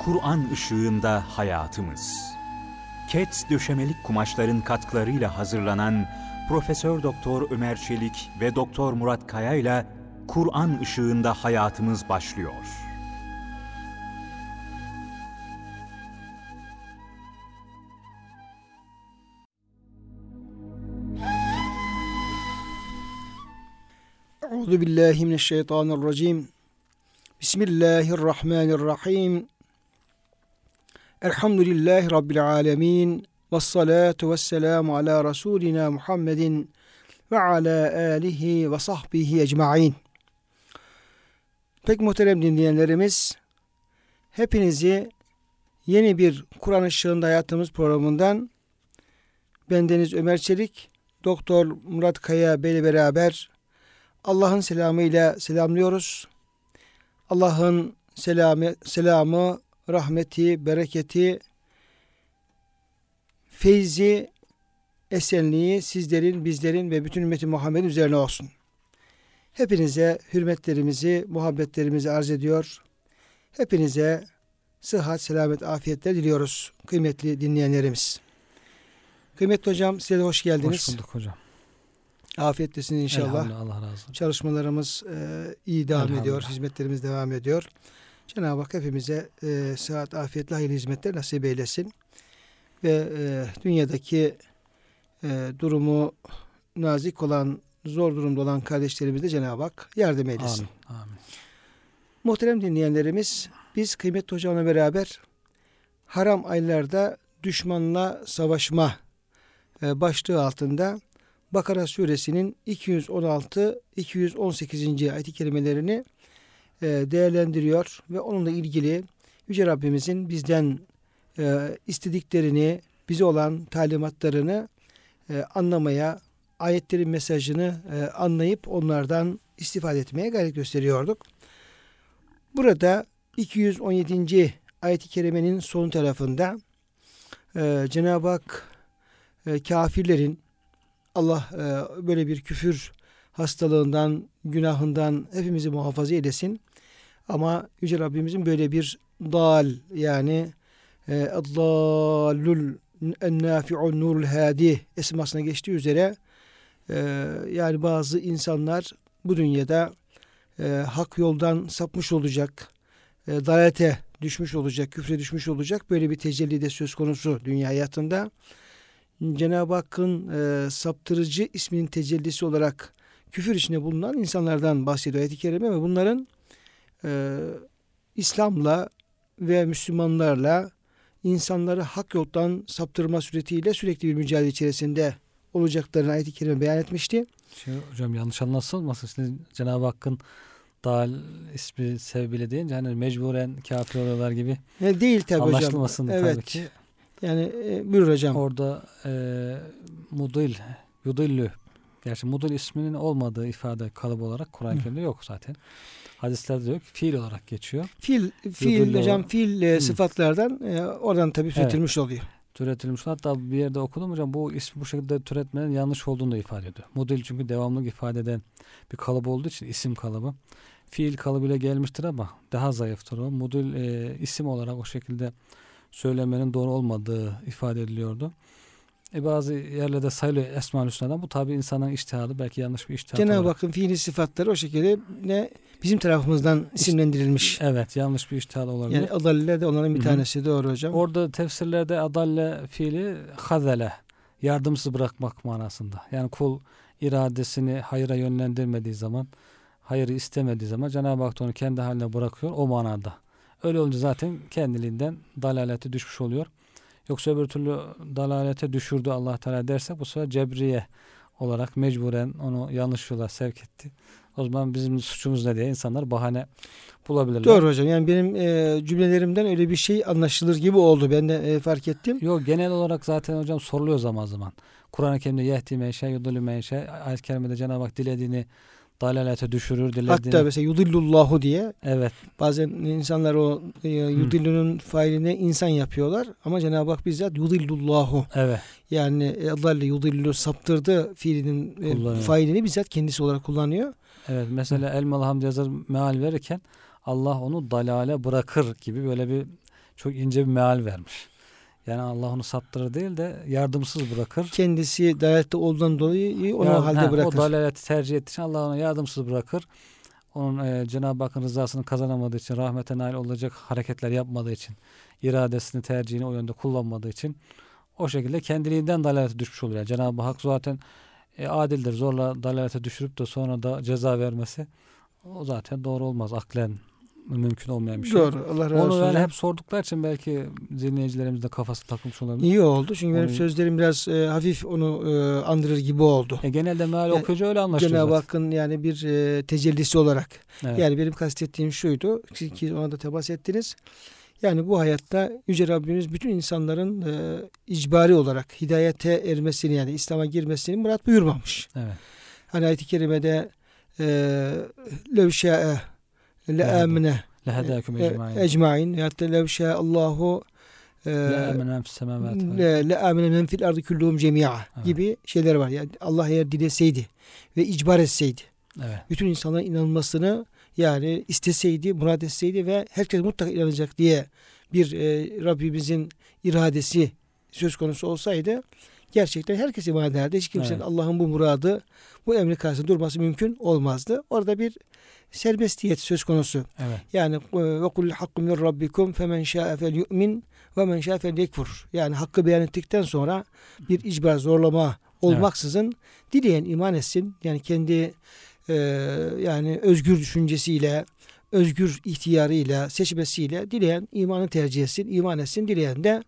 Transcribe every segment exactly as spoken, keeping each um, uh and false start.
Kur'an ışığında hayatımız. Kets döşemelik kumaşların katkılarıyla hazırlanan Profesör Doktor Ömer Çelik ve Doktor Murat Kaya ile Kur'an ışığında hayatımız başlıyor. Euzu billahi mineşşeytanirracim. Bismillahirrahmanirrahim. Elhamdülillahi Rabbil alemin. Vessalatu vesselamu ala Resulina Muhammedin ve ala alihi ve sahbihi ecma'in. Pek muhterem dinleyenlerimiz, hepinizi yeni bir Kur'an ışığında hayatımız programından bendeniz Ömer Çelik, Doktor Murat Kaya Bey ile beraber Allah'ın selamıyla selamlıyoruz. Allah'ın selamı, selamı, rahmeti, bereketi, feyzi, esenliği sizlerin, bizlerin ve bütün ümmeti Muhammed üzerine olsun. Hepinize hürmetlerimizi, muhabbetlerimizi arz ediyor. Hepinize sıhhat, selamet, afiyetler diliyoruz kıymetli dinleyenlerimiz. Kıymetli hocam, size de hoş geldiniz. Hoş bulduk hocam. Afiyettesiniz inşallah. Allah razı olsun. Çalışmalarımız e, iyi devam ediyor. Hizmetlerimiz devam ediyor. Cenab-ı Hak hepimize e, sıhhat, afiyetle hayırlı hizmetler nasip eylesin. Ve e, dünyadaki e, durumu nazik olan, zor durumda olan kardeşlerimize Cenab-ı Hak yardım eylesin. Amin. Amin. Muhterem dinleyenlerimiz, biz kıymetli hocamla beraber haram aylarda düşmanla savaşma e, başlığı altında Bakara suresinin iki yüz on altı iki yüz on sekizinci ayet-i kerimelerini e, değerlendiriyor ve onunla ilgili Yüce Rabbimizin bizden e, istediklerini, bize olan talimatlarını e, anlamaya, ayetlerin mesajını e, anlayıp onlardan istifade etmeye gayret gösteriyorduk. Burada iki yüz on yedinci ayet-i kerimenin son tarafında e, Cenab-ı Hak e, kafirlerin, Allah e, böyle bir küfür hastalığından, günahından hepimizi muhafaza eylesin. Ama Yüce Rabbimizin böyle bir dal, yani e, Ad-dallul en-nafi'un nurul hadi esmasına geçtiği üzere e, yani bazı insanlar bu dünyada e, hak yoldan sapmış olacak, e, dalalete düşmüş olacak, küfre düşmüş olacak. Böyle bir tecelli de söz konusu dünya hayatında. Cenab-ı Hakk'ın e, saptırıcı isminin tecellisi olarak küfür içinde bulunan insanlardan bahsediyor ayet-i kerime ve bunların e, İslam'la ve Müslümanlarla insanları hak yoldan saptırma suretiyle sürekli bir mücadele içerisinde olacaklarını ayet-i kerime beyan etmişti. Şey, hocam yanlış anlaşılmasın. Şimdi Cenab-ı Hakk'ın Dal ismi sebebiyle deyince hani mecburen kafir oluyorlar gibi E, değil tabii hocam. Anlaşılmasın evet. tabii ki. Yani e, buyur hocam. Orada e, mudil, yudillü. Gerçi mudil isminin olmadığı ifade kalıbı olarak Kur'an-ı Kerim'de yok zaten. Hadislerde de yok. Fiil olarak geçiyor. Fiil, fiil Yudillü hocam o, fiil e, sıfatlardan e, oradan tabii türetilmiş evet. oluyor. Türetilmiş. Hatta bir yerde okudum hocam, bu ismi bu şekilde türetmenin yanlış olduğunu da ifade ediyor. Mudil çünkü devamlılık ifade eden bir kalıbı olduğu için isim kalıbı. Fiil kalıbıyla gelmiştir ama daha zayıftır o. Mudil e, isim olarak o şekilde söylemenin doğru olmadığı ifade ediliyordu. E bazı yerlerde sayılıyor Esma-ül Hüsna'dan. Bu tabi insanın içtihadı, belki yanlış bir içtihat Cenab-ı olarak. Hakk'ın fiili sıfatları o şekilde ne bizim tarafımızdan isimlendirilmiş. Evet, yanlış bir içtihat olabilir. Yani adalle de onların bir Hı-hı. tanesi, doğru hocam. Orada tefsirlerde adalle fiili hazele, yardımsız bırakmak manasında. Yani kul iradesini hayıra yönlendirmediği zaman, hayırı istemediği zaman Cenab-ı Hak onu kendi haline bırakıyor o manada. Öyle olunca zaten kendiliğinden dalalete düşmüş oluyor. Yoksa öbür türlü dalalete düşürdü Allah Teala derse bu sefer cebriye olarak mecburen onu yanlış yola sevk etti. O zaman bizim suçumuz ne diye insanlar bahane bulabilirler. Doğru hocam. Yani benim e, cümlelerimden öyle bir şey anlaşılır gibi oldu. Ben de e, fark ettim. Yok, genel olarak zaten hocam soruluyor zaman zaman. Kur'an-ı Kerim'de yehdi menşe, yudulü menşe, ayet-i kerimede Cenab-ı Hak dilediğini dalalete düşürür, dilediğini. Hatta mesela yudillullahu diye. Evet. Bazen insanlar o e, yudillunun failini insan yapıyorlar ama Cenab-ı Hak bizzat yudillullahu. Evet. Yani Allah'la yudillu saptırdı fiilinin e, failini bizzat kendisi olarak kullanıyor. Evet. Mesela Elmalı Hamdi yazar meal verirken Allah onu dalale bırakır gibi böyle bir çok ince bir meal vermiş. Yani Allah onu saptırır değil de yardımsız bırakır. Kendisi dalalette olduğundan dolayı onu Yar- o halde he, bırakır. O dalaleti tercih ettiği için Allah onu yardımsız bırakır. Onun e, Cenab-ı Hakk'ın rızasını kazanamadığı için, rahmete nail olacak hareketler yapmadığı için, iradesini, tercihini o yönde kullanmadığı için o şekilde kendiliğinden dalalete düşmüş oluyor. Yani Cenab-ı Hak zaten e, adildir. Zorla dalalete düşürüp de sonra da ceza vermesi o zaten doğru olmaz. Aklen mümkün olmayan bir şey. Doğru. Allah razı olsun. Onu yani hep sordukları için belki dinleyicilerimiz de kafası takılmış olabilir. İyi oldu. Çünkü benim Onu- sözlerim biraz e, hafif onu e, andırır gibi oldu. E, genelde meal Yani okuyunca öyle anlaşılıyor Cenab-ı zaten. Hakk'ın yani bir e, tecellisi olarak. Evet. Yani benim kastettiğim şuydu. Siz ki ona da temas ettiniz. Yani bu hayatta Yüce Rabbimiz bütün insanların e, icbari olarak hidayete ermesini, yani İslam'a girmesini murat buyurmamış. Evet. Hani ayet-i kerimede e, lev şa'e le amine Lehedâküm ecmaîn. ecmaîn ya da lev şa'e Allahu La amene fis semâvâti. le, le amine men fil ardı kulluhum cemi'a Evet. gibi şeyler var. Yani Allah eğer dileseydi ve icbar etseydi, Evet. bütün insanların inanmasını yani isteseydi, murad etseydi ve herkes mutlaka inanacak diye bir e, Rabbimizin iradesi söz konusu olsaydı gerçekten herkes iman ederdi. Hiç kimsenin Evet. Allah'ın bu muradı, bu emri karşısında durması mümkün olmazdı. Orada bir serbestiyet söz konusu. Evet. Yani ve kul hakku min rabbikum femen şa'a felyu'min ve men şa'a felyekfur. Yani hakkı beyan ettikten sonra bir icbar, zorlama olmaksızın dileyen iman etsin. Yani kendi e, yani özgür düşüncesiyle, özgür ihtiyarıyla, seçmesiyle dileyen imanı tercih etsin, iman etsin. Dileyen de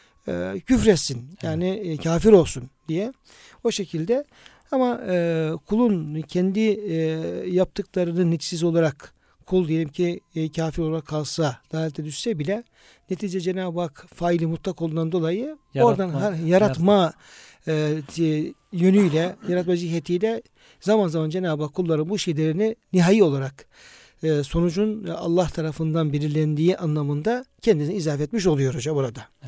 e, küfretsin. Yani e, kafir olsun diye. O şekilde. Ama e, kulun kendi e, yaptıklarının neticesiz olarak kul diyelim ki e, kafir olarak kalsa, dalalete düşse bile netice Cenab-ı Hak faili mutlak olduğundan dolayı Yaratma, oradan har- yaratma e, t- yönüyle, yaratma cihetiyle zaman zaman Cenab-ı Hak kulların bu şeylerini nihai olarak e, sonucun Allah tarafından belirlendiği anlamında kendisine izaf etmiş oluyor hocam orada. Evet.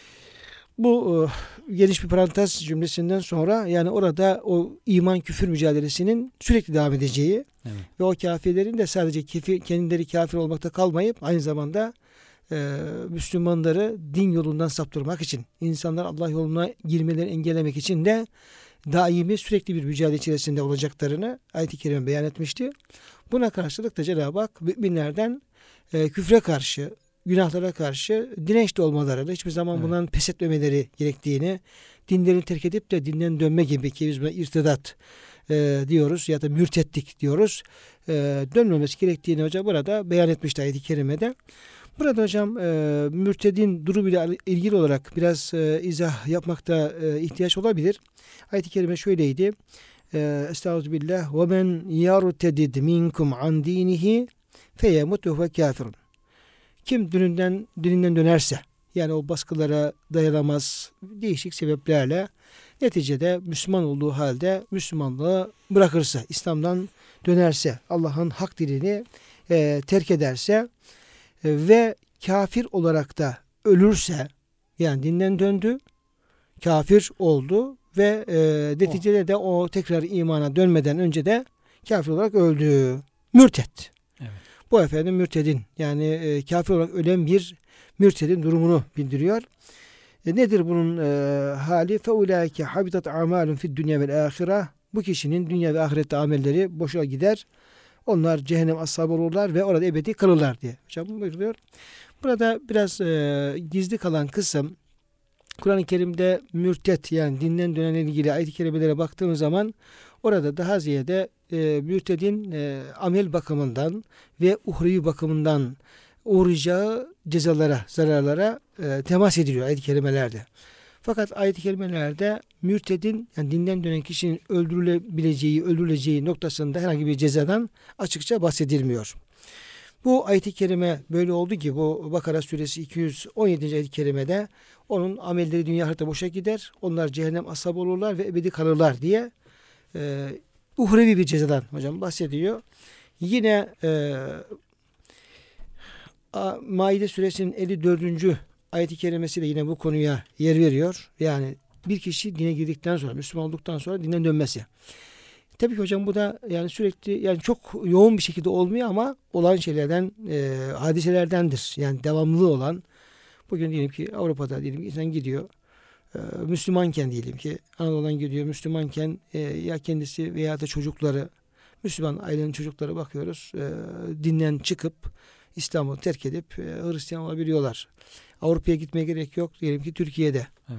Bu e, geniş bir parantez cümlesinden sonra yani orada o iman küfür mücadelesinin sürekli devam edeceği Evet. ve o kafirlerin de sadece kefi, kendileri kafir olmakta kalmayıp aynı zamanda e, Müslümanları din yolundan saptırmak için, insanlar Allah yoluna girmelerini engellemek için de daimi sürekli bir mücadele içerisinde olacaklarını ayet-i kerime beyan etmişti. Buna karşılık da Cenab-ı Hak müminlerden e, küfre karşı, günahlara karşı dirençli olmalarını, hiçbir zaman Evet. bundan pes etmemeleri gerektiğini, dinlerini terk edip de dinden dönme gibi ki biz buna irtidat e, diyoruz ya da mürtetlik diyoruz. E, dönmemesi gerektiğini hocam burada beyan etmişti ayet-i kerimede. Burada hocam e, mürtedin durumuyla ilgili olarak biraz e, izah yapmakta e, ihtiyaç olabilir. Ayet-i kerime şöyleydi. E, Estağfirullah. Ve men yartedid minkum an dinihi feyemut ve huve kafirun. Kim dininden, dininden dönerse, yani o baskılara dayanamaz, değişik sebeplerle neticede Müslüman olduğu halde Müslümanlığı bırakırsa, İslam'dan dönerse, Allah'ın hak dinini e, terk ederse e, ve kafir olarak da ölürse, yani dinden döndü, kafir oldu ve e, neticede de o tekrar imana dönmeden önce de kafir olarak öldü. Mürted. Evet. Bu efendim mürtedin yani e, kafir olarak ölen bir mürtedin durumunu bildiriyor. E, nedir bunun e, hali? فَاُولَٰئِكَ حَبِطَتْ عَمَالٌ فِي الدُّنْيَا وَالْآخِرَةِ Bu kişinin dünya ve ahirette amelleri boşa gider. Onlar cehennem ashabı olurlar ve orada ebedi kalırlar diye. Hocam buyuruyor. Burada biraz e, gizli kalan kısım Kur'an-ı Kerim'de mürtet yani dinden dönenle ilgili ayet-i kerimelere baktığımız zaman orada daha ziyade e, mürtedin e, amel bakımından ve uhrevi bakımından uğrayacağı cezalara, zararlara e, temas ediliyor ayet-i kerimelerde. Fakat ayet-i kerimelerde mürtedin yani dinden dönen kişinin öldürülebileceği, öldürüleceği noktasında herhangi bir cezadan açıkça bahsedilmiyor. Bu ayet-i kerime böyle oldu ki bu Bakara suresi iki yüz on yedinci ayet-i kerimede onun amelleri dünya ahirette boşa gider. Onlar cehennem ashabı olurlar ve ebedi kalırlar diye e, uhrevi bir cezadan hocam bahsediyor. Yine e, Maide suresinin elli dördüncü ayet-i kerimesi de yine bu konuya yer veriyor. Yani bir kişi dine girdikten sonra, Müslüman olduktan sonra dinden dönmesi. Tabii ki hocam bu da yani sürekli yani çok yoğun bir şekilde olmuyor ama olan şeylerden, e, hadiselerdendir. Yani devamlı olan Bugün diyelim ki Avrupa'da diyelim ki insan gidiyor. E, Müslümanken diyelim ki Anadolu'dan gidiyor. Müslümanken e, ya kendisi veya da çocukları, Müslüman ailenin çocukları bakıyoruz. E, dinden çıkıp İstanbul'u terk edip e, Hristiyan olabiliyorlar. Avrupa'ya gitmeye gerek yok. Diyelim ki Türkiye'de. Evet.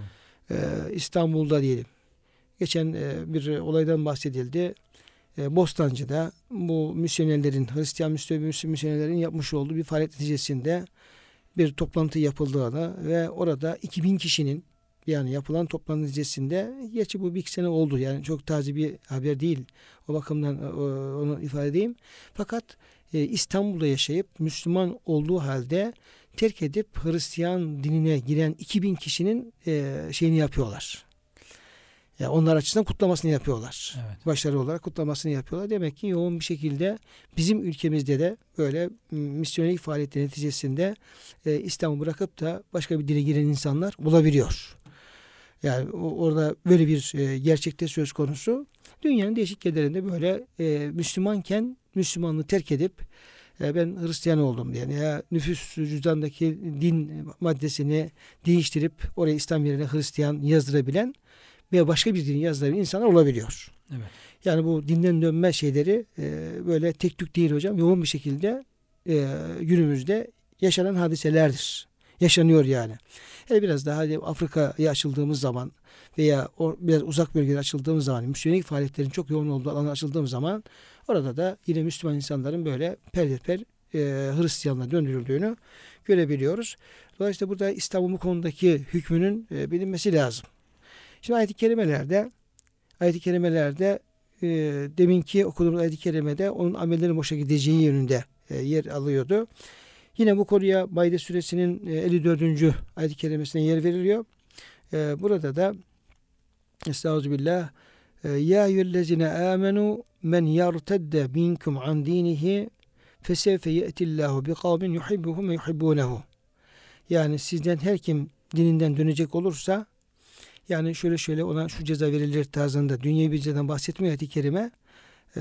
E, İstanbul'da diyelim. Geçen e, bir olaydan bahsedildi. E, Bostancı'da bu misyonerlerin, Hristiyan misyonerlerin yapmış olduğu bir faaliyet neticesinde bir toplantı yapıldığını ve orada iki bin kişinin, yani yapılan toplantı neticesinde, gerçi bu bir iki sene oldu, yani çok taze bir haber değil, o bakımdan e, onu ifade edeyim. Fakat e, İstanbul'da yaşayıp Müslüman olduğu halde terk edip Hristiyan dinine giren iki bin kişinin e, şeyini yapıyorlar. Yani onlar açısından kutlamasını yapıyorlar. Evet. Başarı olarak kutlamasını yapıyorlar. Demek ki yoğun bir şekilde bizim ülkemizde de böyle misyonelik faaliyetleri neticesinde e, İslam'ı bırakıp da başka bir dine giren insanlar bulabiliyor. Yani o, orada böyle bir e, gerçekte söz konusu. Dünyanın değişik yerlerinde böyle e, Müslümanken Müslümanlığı terk edip e, ben Hristiyan oldum diye, ya nüfus cüzdandaki din maddesini değiştirip oraya İslam yerine Hristiyan yazdırabilen veya başka bir din yazdırabilen insanlar olabiliyor. Evet. Yani bu dinden dönme şeyleri e, böyle tek tük değil hocam. Yoğun bir şekilde e, günümüzde yaşanan hadiselerdir. Yaşanıyor yani. Hele biraz daha Afrika'ya açıldığımız zaman veya o biraz uzak bölgelere açıldığımız zaman, Müslümanlık faaliyetlerin çok yoğun olduğu alana açıldığımız zaman orada da yine Müslüman insanların böyle perdeper e, Hristiyanlığa döndürüldüğünü görebiliyoruz. Dolayısıyla burada İslam'ın bu konudaki hükmünün e, bilinmesi lazım. Şimdi ayet-i kerimelerde ayet-i kerimelerde e, deminki okuduğumuz ayet-i kerimede onun amellerin boşa gideceği yönünde e, yer alıyordu. Yine bu konuya Maide suresinin e, elli dördüncü ayet-i kerimesine yer veriliyor. E, burada da Estağfirullah, ya eyyühellezine amenu men yartedde minkum an dinihi fesevfe ye'tillahu bi kavmin yuhibbuhum ve yuhibbunehu. Yani sizden her kim dininden dönecek olursa, yani şöyle şöyle ona şu ceza verilir tarzında dünyevi bir cezadan bahsetmiyor ayet-i kerime. Ee,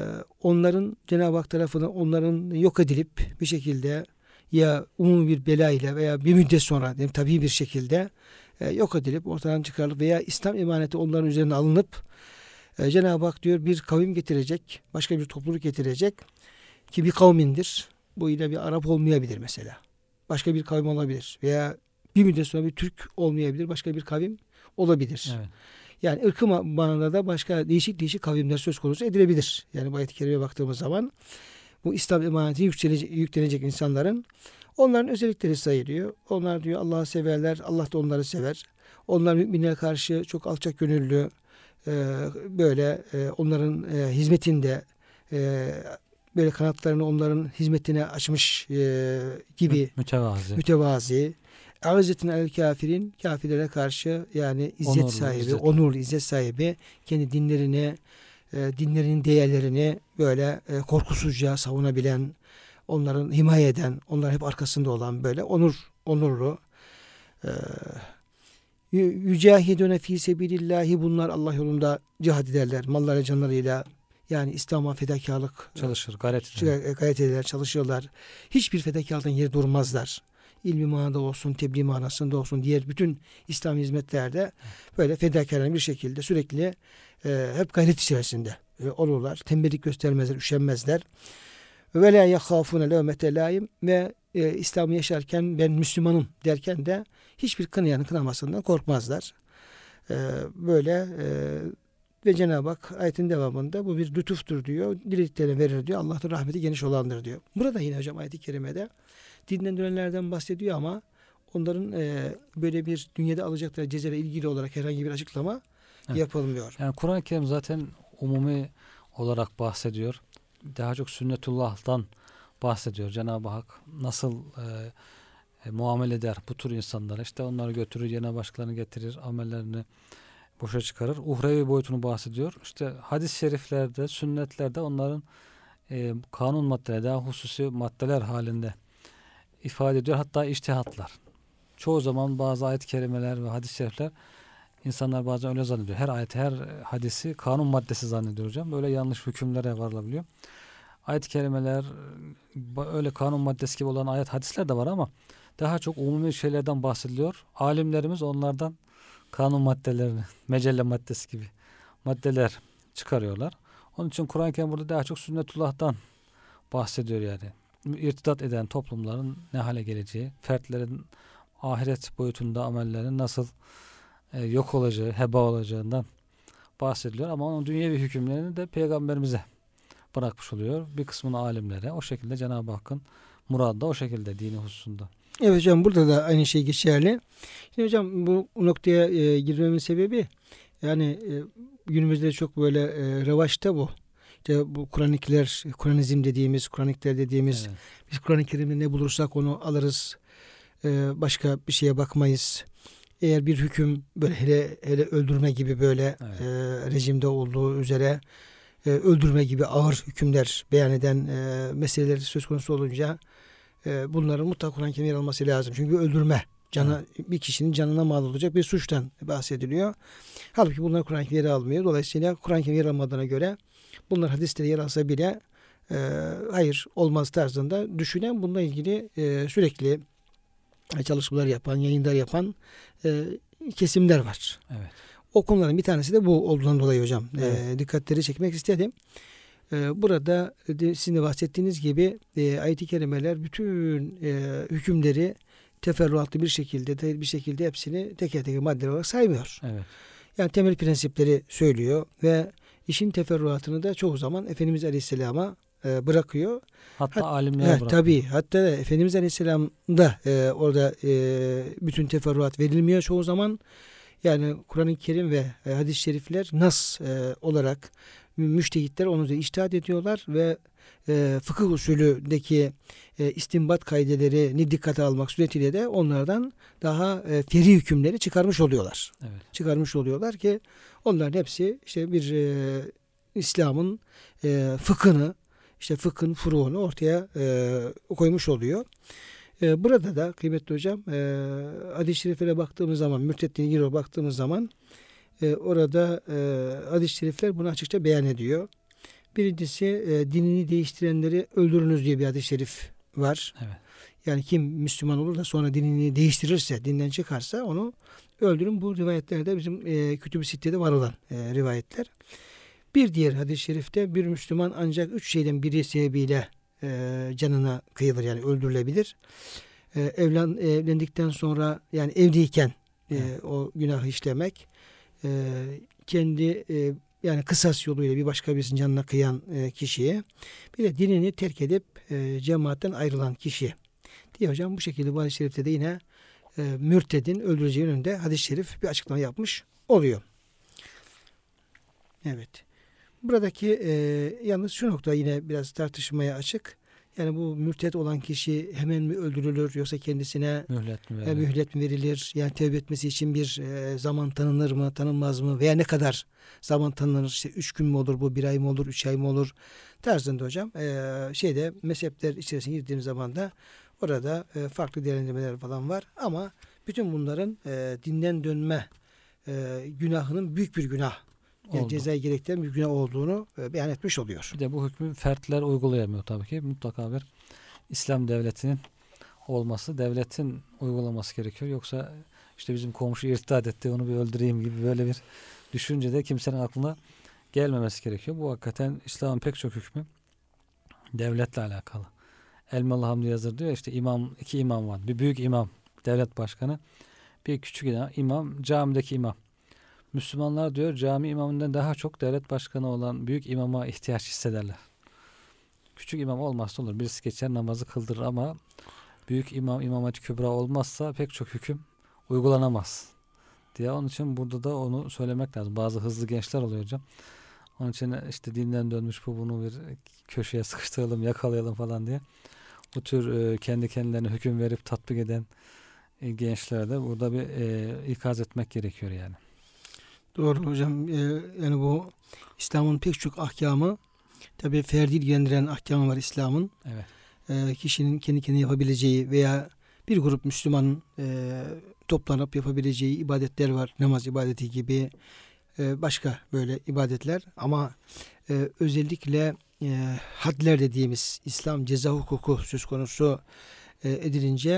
onların Cenab-ı Hak tarafından onların yok edilip bir şekilde ya umumi bir bela ile veya bir müddet sonra yani tabii bir şekilde e, yok edilip ortadan çıkarılıp veya İslam emaneti onların üzerine alınıp e, Cenab-ı Hak diyor bir kavim getirecek, başka bir topluluk getirecek ki bir kavmindir. Bu yine bir Arap olmayabilir mesela. Başka bir kavim olabilir veya bir müddet sonra bir Türk olmayabilir, başka bir kavim olabilir. Evet. Yani ırkı manada da başka değişik değişik kavimler söz konusu edilebilir. Yani bu ayet-i kerimeye baktığımız zaman bu İslam emaneti yükselecek, yüklenecek insanların onların özellikleri sayılıyor. Onlar diyor Allah'ı severler, Allah da onları sever. Onlar müminlere karşı çok alçak gönüllü, e, böyle e, onların e, hizmetinde e, böyle kanatlarını onların hizmetine açmış e, gibi mütevazi. mütevazi. Avizetin el kafirin, kafirlere karşı yani izzet onurlu, sahibi, izzet. onurlu, izzet sahibi, kendi dinlerine, e, dinlerinin değerlerini böyle e, korkusuzca savunabilen, onların himaye eden, onlar hep arkasında olan böyle onur, onurlu. E, yücahidune fî sebilillahi, bunlar Allah yolunda cihad ederler, malları canlarıyla. Yani İslam'a fedakarlık çalışır, gayret ederler. gayret ederler, çalışıyorlar. Hiçbir fedakarlıktan yeri durmazlar. İlmi manada olsun, tebliğ manasında olsun, diğer bütün İslam hizmetlerde böyle fedakarlar bir şekilde sürekli e, hep gayret içerisinde e, olurlar. Tembellik göstermezler, üşenmezler. Ve la yahafune levmete laim, ve e, İslam'ı yaşarken ben Müslümanım derken de hiçbir kınayanın kınamasından korkmazlar. E, böyle e, ve Cenab-ı Hak ayetin devamında bu bir lütuftur diyor. Dilediklerine verir diyor. Allah'ın rahmeti geniş olandır diyor. Burada yine hocam ayet-i kerimede dinden dönenlerden bahsediyor ama onların e, böyle bir dünyada alacakları cezayla ilgili olarak herhangi bir açıklama evet. yapılmıyor. Yani Kur'an-ı Kerim zaten umumi olarak bahsediyor. Daha çok sünnetullah'tan bahsediyor. Cenab-ı Hak nasıl e, e, muamele eder bu tür insanlara. İşte onları götürür, yerine başkalarını getirir, amellerini boşa çıkarır. Uhrevi boyutunu bahsediyor. İşte hadis-i şeriflerde, sünnetlerde onların e, kanun maddeleri, daha hususi maddeler halinde ifade ediyor. Hatta içtihatlar. Çoğu zaman bazı ayet-i kerimeler ve hadis-i şerifler insanlar bazen öyle zannediyor. Her ayet, her hadisi kanun maddesi zannediyor hocam. Böyle yanlış hükümlere varılabiliyor. Ayet-i kerimeler öyle kanun maddesi gibi olan ayet hadisler de var ama daha çok umumi şeylerden bahsediliyor. Alimlerimiz onlardan kanun maddelerini, mecelle maddesi gibi maddeler çıkarıyorlar. Onun için Kur'an-ı Kerim burada daha çok sünnetullah'tan bahsediyor yani. İrtidat eden toplumların ne hale geleceği, fertlerin ahiret boyutunda amellerin nasıl e, yok olacağı, heba olacağından bahsediliyor. Ama onun dünyevi hükümlerini de peygamberimize bırakmış oluyor. Bir kısmını alimlere. O şekilde Cenab-ı Hakk'ın muradı da o şekilde dini hususunda. Evet hocam, burada da aynı şey geçerli. Şimdi hocam bu noktaya e, girmemin sebebi yani e, günümüzde çok böyle e, revaçta bu. İşte bu Kur'anikler, Kur'anizm dediğimiz, Kur'anikler dediğimiz, Evet. biz Kur'an-ı Kerim'de ne bulursak onu alırız. E, başka bir şeye bakmayız. Eğer bir hüküm böyle hele, hele öldürme gibi böyle Evet. e, rejimde olduğu üzere e, öldürme gibi ağır hükümler beyan eden e, meseleler söz konusu olunca e, bunların mutlaka Kur'an-ı Kerim'e yer alması lazım. Çünkü bir öldürme, cana, bir kişinin canına mal olacak bir suçtan bahsediliyor. Halbuki bunlar Kur'an-ı Kerim'e yer almıyor. Dolayısıyla Kur'an-ı Kerim'e yer almadığına göre bunlar hadislere yer alsa bile e, hayır olmaz tarzında düşünen, bununla ilgili e, sürekli çalışmalar yapan, yayınlar yapan e, kesimler var. Evet. O konuların bir tanesi de bu olduğundan dolayı hocam Evet. e, dikkatleri çekmek istedim. E, burada de, sizin de bahsettiğiniz gibi e, ayet-i kerimeler bütün e, hükümleri teferruatlı bir şekilde de bir şekilde hepsini teker teker maddeler olarak saymıyor. Evet. Yani temel prensipleri söylüyor ve işin teferruatını da çoğu zaman Efendimiz Aleyhisselam'a e, bırakıyor. Hatta Hat, alimlere he, bırakıyor. tabii. Hatta da Efendimiz Aleyhisselam da e, orada e, bütün teferruat verilmiyor çoğu zaman. Yani Kur'an-ı Kerim ve e, hadis-i şerifler nas e, olarak müştehitler onu da içtihat ediyorlar ve e, fıkıh usulündeki e, istinbat kaidelerini dikkate almak suretiyle de onlardan daha e, feri hükümleri çıkarmış oluyorlar. Evet. Çıkarmış oluyorlar ki onların hepsi işte bir e, İslam'ın e, fıkhını, işte fıkhın furuğunu ortaya e, koymuş oluyor. E, burada da kıymetli hocam e, hadis-i şeriflere baktığımız zaman, mürtetliğine giriyor baktığımız zaman e, orada e, hadis-i şerifler bunu açıkça beyan ediyor. Birincisi e, dinini değiştirenleri öldürünüz diye bir hadis-i şerif var. Evet. Yani kim Müslüman olur da sonra dinini değiştirirse, dinden çıkarsa onu öldürün. Bu rivayetlerde bizim e, Kütüb-i Sitte'de var olan e, rivayetler. Bir diğer hadis-i şerifte bir Müslüman ancak üç şeyden biri sebebiyle e, canına kıyılır, yani öldürülebilir. E, evlen, evlendikten sonra, yani evliyken e, Evet. o günahı işlemek, e, kendi e, yani kısas yoluyla bir başka birisinin canına kıyan e, kişiye, bir de dinini terk edip e, cemaatten ayrılan kişi diye hocam bu şekilde bu hadis-i şerifte de yine e, mürtedin öldüreceği yönünde hadis-i şerif bir açıklama yapmış oluyor. Evet. Buradaki e, yalnız şu nokta yine biraz tartışmaya açık. Yani bu mürted olan kişi hemen mi öldürülür, yoksa kendisine Mühlet mi e, verilir? mühlet mi verilir? Yani tevbe etmesi için bir e, zaman tanınır mı, tanınmaz mı? Veya ne kadar zaman tanınır? İşte üç gün mü olur bu, bir ay mı olur, üç ay mı olur? Tarzında hocam e, şeyde mezhepler içerisine girdiğimiz zaman da orada e, farklı değerlendirmeler falan var. Ama bütün bunların e, dinden dönme e, günahının büyük bir günah, yani Oldu. cezayı gerektiren bir günah olduğunu e, beyan etmiş oluyor. Bir de bu hükmü fertler uygulayamıyor tabii ki. Mutlaka bir İslam devletinin olması, devletin uygulaması gerekiyor. Yoksa işte bizim komşu irtidat etti, onu bir öldüreyim gibi böyle bir düşünce de kimsenin aklına gelmemesi gerekiyor. Bu hakikaten İslam'ın pek çok hükmü devletle alakalı. Elmalı Hamdi Yazır diyor işte imam, iki imam var. Bir büyük imam, devlet başkanı. Bir küçük imam, camideki imam. Müslümanlar diyor cami imamından daha çok devlet başkanı olan büyük imama ihtiyaç hissederler. Küçük imam olmazsa olur. Birisi geçer namazı kıldırır ama büyük imam, İmam-ı Kübra olmazsa pek çok hüküm uygulanamaz diye. Onun için burada da onu söylemek lazım. Bazı hızlı gençler oluyor hocam. Onun için işte dinden dönmüş bu, bunu bir köşeye sıkıştıralım, yakalayalım falan diye. Bu tür kendi kendilerine hüküm verip tatbik eden gençlere de burada bir e, ikaz etmek gerekiyor yani. Doğru hocam. Ee, yani bu İslam'ın pek çok ahkamı, tabii ferdi ilgilendiren ahkamı var İslam'ın. Evet. Ee, kişinin kendi kendine yapabileceği veya bir grup Müslümanın e, toplanıp yapabileceği ibadetler var. Namaz ibadeti gibi e, başka böyle ibadetler. Ama e, özellikle e, hadler dediğimiz İslam ceza hukuku söz konusu e, edilince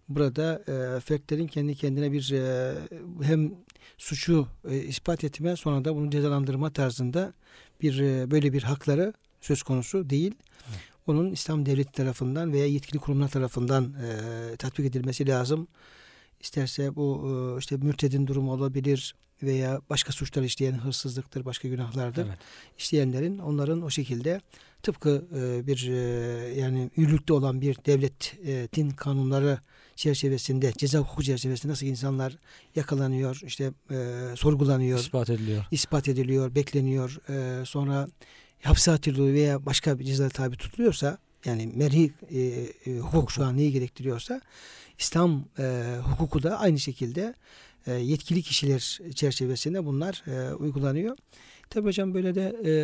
burada e, fertlerin kendi kendine bir e, hem suçu e, ispat etme, sonra da bunu cezalandırma tarzında bir e, böyle bir hakları söz konusu değil. Evet. Onun İslam devleti tarafından veya yetkili kurumlar tarafından e, tatbik edilmesi lazım. İsterse bu e, işte mürtedin durumu olabilir veya başka suçlar işleyen, hırsızlıktır, başka günahlardır. Evet. İşleyenlerin, onların o şekilde tıpkı e, bir e, yani yürürlükte olan bir devletin kanunları çerçevesinde, ceza hukuku çerçevesinde nasıl insanlar yakalanıyor, işte e, sorgulanıyor, ispat ediliyor. ispat ediliyor, bekleniyor, e, sonra hapse atılıyor veya başka bir ceza tabi tutuluyorsa, yani merhi e, e, hukuk şu an neyi gerektiriyorsa, İslam e, hukuku da aynı şekilde e, yetkili kişiler çerçevesinde bunlar e, uygulanıyor. Tabi hocam böyle de e,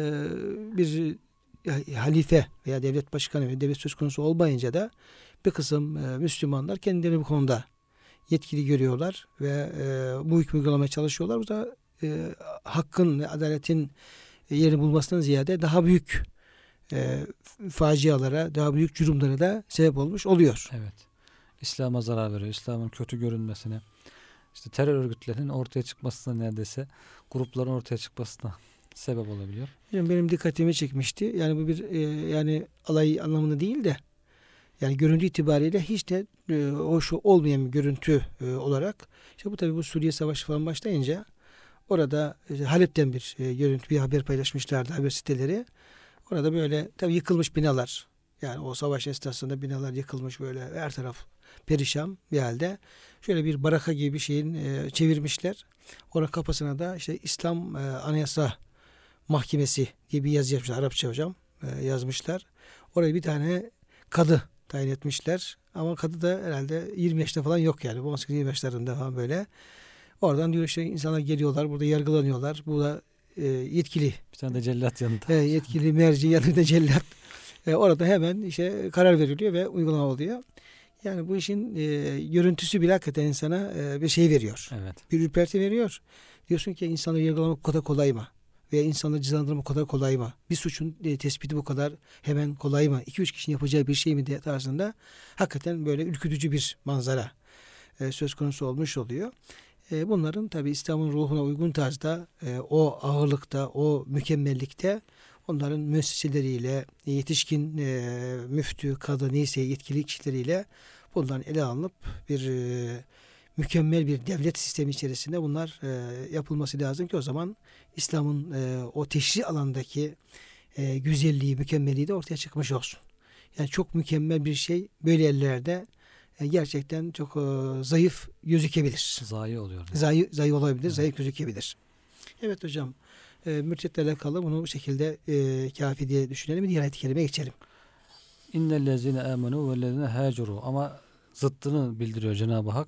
bir e, halife veya devlet başkanı veya devlet söz konusu olmayınca da bir kısım e, Müslümanlar kendilerini bu konuda yetkili görüyorlar ve e, bu hükmü uygulamaya çalışıyorlar. Bu da e, hakkın ve adaletin yerini bulmasından ziyade daha büyük e, facialara, daha büyük cürümlere de sebep olmuş oluyor. Evet. İslam'a zarar veriyor. İslam'ın kötü görünmesine, işte terör örgütlerinin ortaya çıkmasına, neredeyse grupların ortaya çıkmasına sebep olabiliyor. Yani benim dikkatimi çekmişti. Yani bu bir e, yani alay anlamında değil de, yani görüntü itibariyle hiç de e, hoş olmayan bir görüntü e, olarak, işte bu tabii bu Suriye Savaşı falan başlayınca orada işte Halep'ten bir e, görüntü, bir haber paylaşmışlardı haber siteleri. Orada böyle tabii yıkılmış binalar, yani o savaş esnasında binalar yıkılmış, böyle her taraf perişan bir halde. Şöyle bir baraka gibi bir şeyin e, çevirmişler. Oranın kapısına da işte İslam e, Anayasa Mahkemesi gibi yazı yazmışlar. Arapça hocam e, yazmışlar. Oraya bir tane kadı tayin etmişler. Ama kadı da herhalde yirmi yaşında falan yok yani. on sekiz yirmi yaşlarında falan böyle. Oradan diyor işte insanlar geliyorlar, burada yargılanıyorlar. Bu da e, yetkili. Bir tane de cellat yanında. E, yetkili merci yanında cellat. E, orada hemen işte karar veriliyor ve uygulama oluyor. Yani bu işin e, görüntüsü bile hakikaten insana e, bir şey veriyor. Evet. Bir ürperti veriyor. Diyorsun ki insanları yargılamak bu kadar kolay mı? Veya insanları cezalandırmak bu kadar kolay mı? Bir suçun e, tespiti bu kadar hemen kolay mı? iki üç kişinin yapacağı bir şey mi diye tarzında hakikaten böyle ürkütücü bir manzara e, söz konusu olmuş oluyor. E, bunların tabi İslam'ın ruhuna uygun tarzda e, o ağırlıkta, o mükemmellikte onların müesseseleriyle, yetişkin e, müftü, kadı neyse yetkili kişileriyle bunların ele alınıp bir e, mükemmel bir devlet sistemi içerisinde bunlar e, yapılması lazım ki o zaman İslam'ın e, o teşri alandaki e, güzelliği, mükemmelliği de ortaya çıkmış olsun. Yani çok mükemmel bir şey böyle yerlerde e, gerçekten çok e, zayıf gözükebilir. Zayi oluyor. Yani. Zayıf, zayıf olabilir, Evet. zayıf gözükebilir. Evet hocam. E, mürtetle alakalı bunu bu şekilde e, kafi diye düşünelim. Diğer ayet-i kerimeye geçelim. İnnellezine amenu vellezine hacuru, ama zıttını bildiriyor Cenab-ı Hak.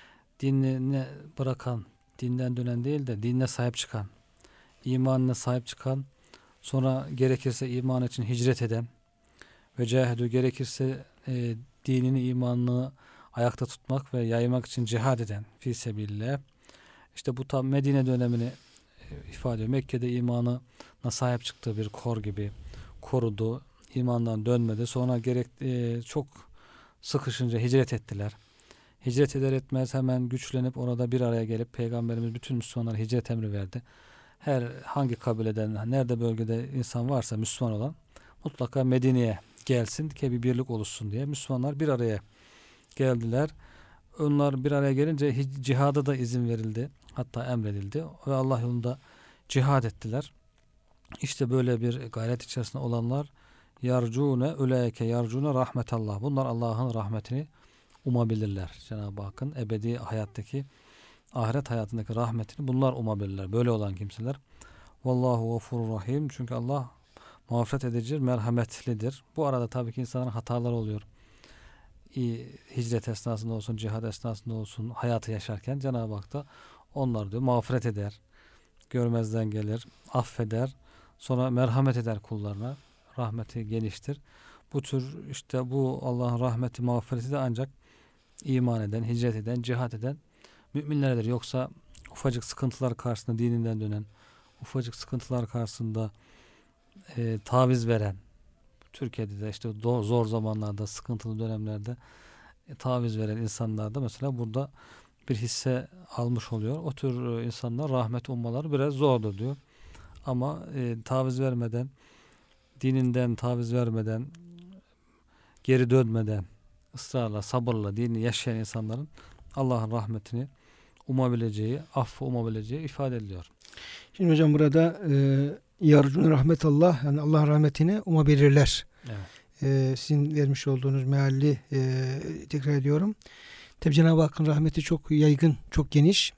Dinini bırakan, dinden dönen değil de dinine sahip çıkan, imanına sahip çıkan, sonra gerekirse iman için hicret eden ve cahidu, gerekirse e, dinini, imanını ayakta tutmak ve yaymak için cihad eden fi sebillah. İşte bu tam Medine dönemini e, ifade ediyor. Mekke'de imanına sahip çıktığı bir kor gibi korudu. İmandan dönmedi. Sonra gerek e, çok sıkışınca hicret ettiler. Hicret eder etmez hemen güçlenip orada bir araya gelip Peygamberimiz bütün Müslümanlara hicret emri verdi. Her hangi kabileden, nerede bölgede insan varsa Müslüman olan mutlaka Medine'ye gelsin ki bir birlik oluşsun diye Müslümanlar bir araya geldiler. Onlar bir araya gelince cihada da izin verildi. Hatta emredildi ve Allah yolunda cihad ettiler. İşte böyle bir gayret içerisinde olanlar yarcune ulaike yarcune rahmetallah. Bunlar Allah'ın rahmetini umabilirler. Cenab-ı Hakk'ın ebedi hayattaki, ahiret hayatındaki rahmetini bunlar umabilirler. Böyle olan kimseler. Vallahu gafurur rahim. Çünkü Allah mağfiret edicidir, merhametlidir. Bu arada tabii ki insanların hataları oluyor. Hicret esnasında olsun, cihad esnasında olsun, hayatı yaşarken Cenab-ı Hak da onlar diyor mağfiret eder, görmezden gelir, affeder, sonra merhamet eder kullarına, rahmeti geniştir. Bu tür işte bu Allah'ın rahmeti, mağfireti de ancak iman eden, hicret eden, cihad eden müminlerdir. Yoksa ufacık sıkıntılar karşısında dininden dönen, ufacık sıkıntılar karşısında e, taviz veren, Türkiye'de de işte zor zamanlarda, sıkıntılı dönemlerde e, taviz veren insanlar da mesela burada bir hisse almış oluyor. O tür e, insanlar rahmet ummaları biraz zordur diyor. Ama e, taviz vermeden, dininden taviz vermeden, geri dönmeden, ısrarla, sabırla dini yaşayan insanların Allah'ın rahmetini umabileceği, affı umabileceği ifade ediliyor. Şimdi hocam burada e, yarcun rahmetallah, yani Allah rahmetini umabilirler. Evet. E, sizin vermiş olduğunuz mealli e, tekrar ediyorum. Tabi Cenab-ı Hakk'ın rahmeti çok yaygın, çok geniş.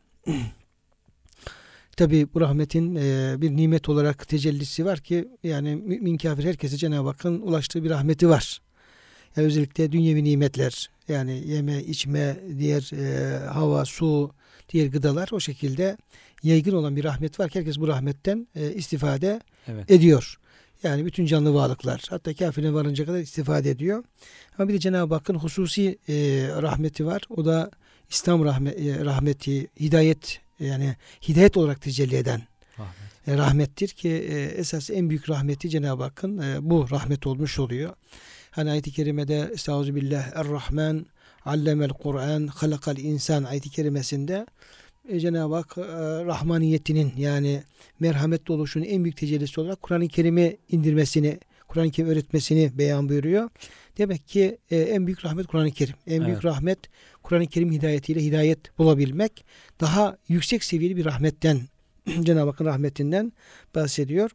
Tabi bu rahmetin e, bir nimet olarak tecellisi var ki yani mümin kafir herkese Cenab-ı Hakk'ın ulaştığı bir rahmeti var. Yani özellikle dünyevi nimetler, yani yeme, içme, diğer e, hava, su, diğer gıdalar o şekilde yaygın olan bir rahmet var ki herkes bu rahmetten e, istifade Evet. ediyor. Yani bütün canlı varlıklar, hatta kafirine varınca kadar istifade ediyor. Ama bir de Cenab-ı Hakk'ın hususi e, rahmeti var. O da İslam rahmet, e, rahmeti, hidayet, yani hidayet olarak tecelli eden Rahmet. e, rahmettir ki e, esas en büyük rahmeti Cenab-ı Hakk'ın e, bu rahmet olmuş oluyor. Hani ayet-i kerimede Estağfirullah Er-Rahman Allemel Kur'an Halakal İnsan ayet-i kerimesinde e, Cenab-ı Hak e, rahmaniyetinin, yani merhametli oluşunun en büyük tecellisi olarak Kur'an-ı Kerim'i indirmesini, Kur'an-ı Kerim öğretmesini beyan buyuruyor. Demek ki e, en büyük rahmet Kur'an-ı Kerim. En Evet. büyük rahmet Kur'an-ı Kerim hidayetiyle hidayet bulabilmek. Daha yüksek seviyeli bir rahmetten, Cenab-ı Hakk'ın rahmetinden bahsediyor.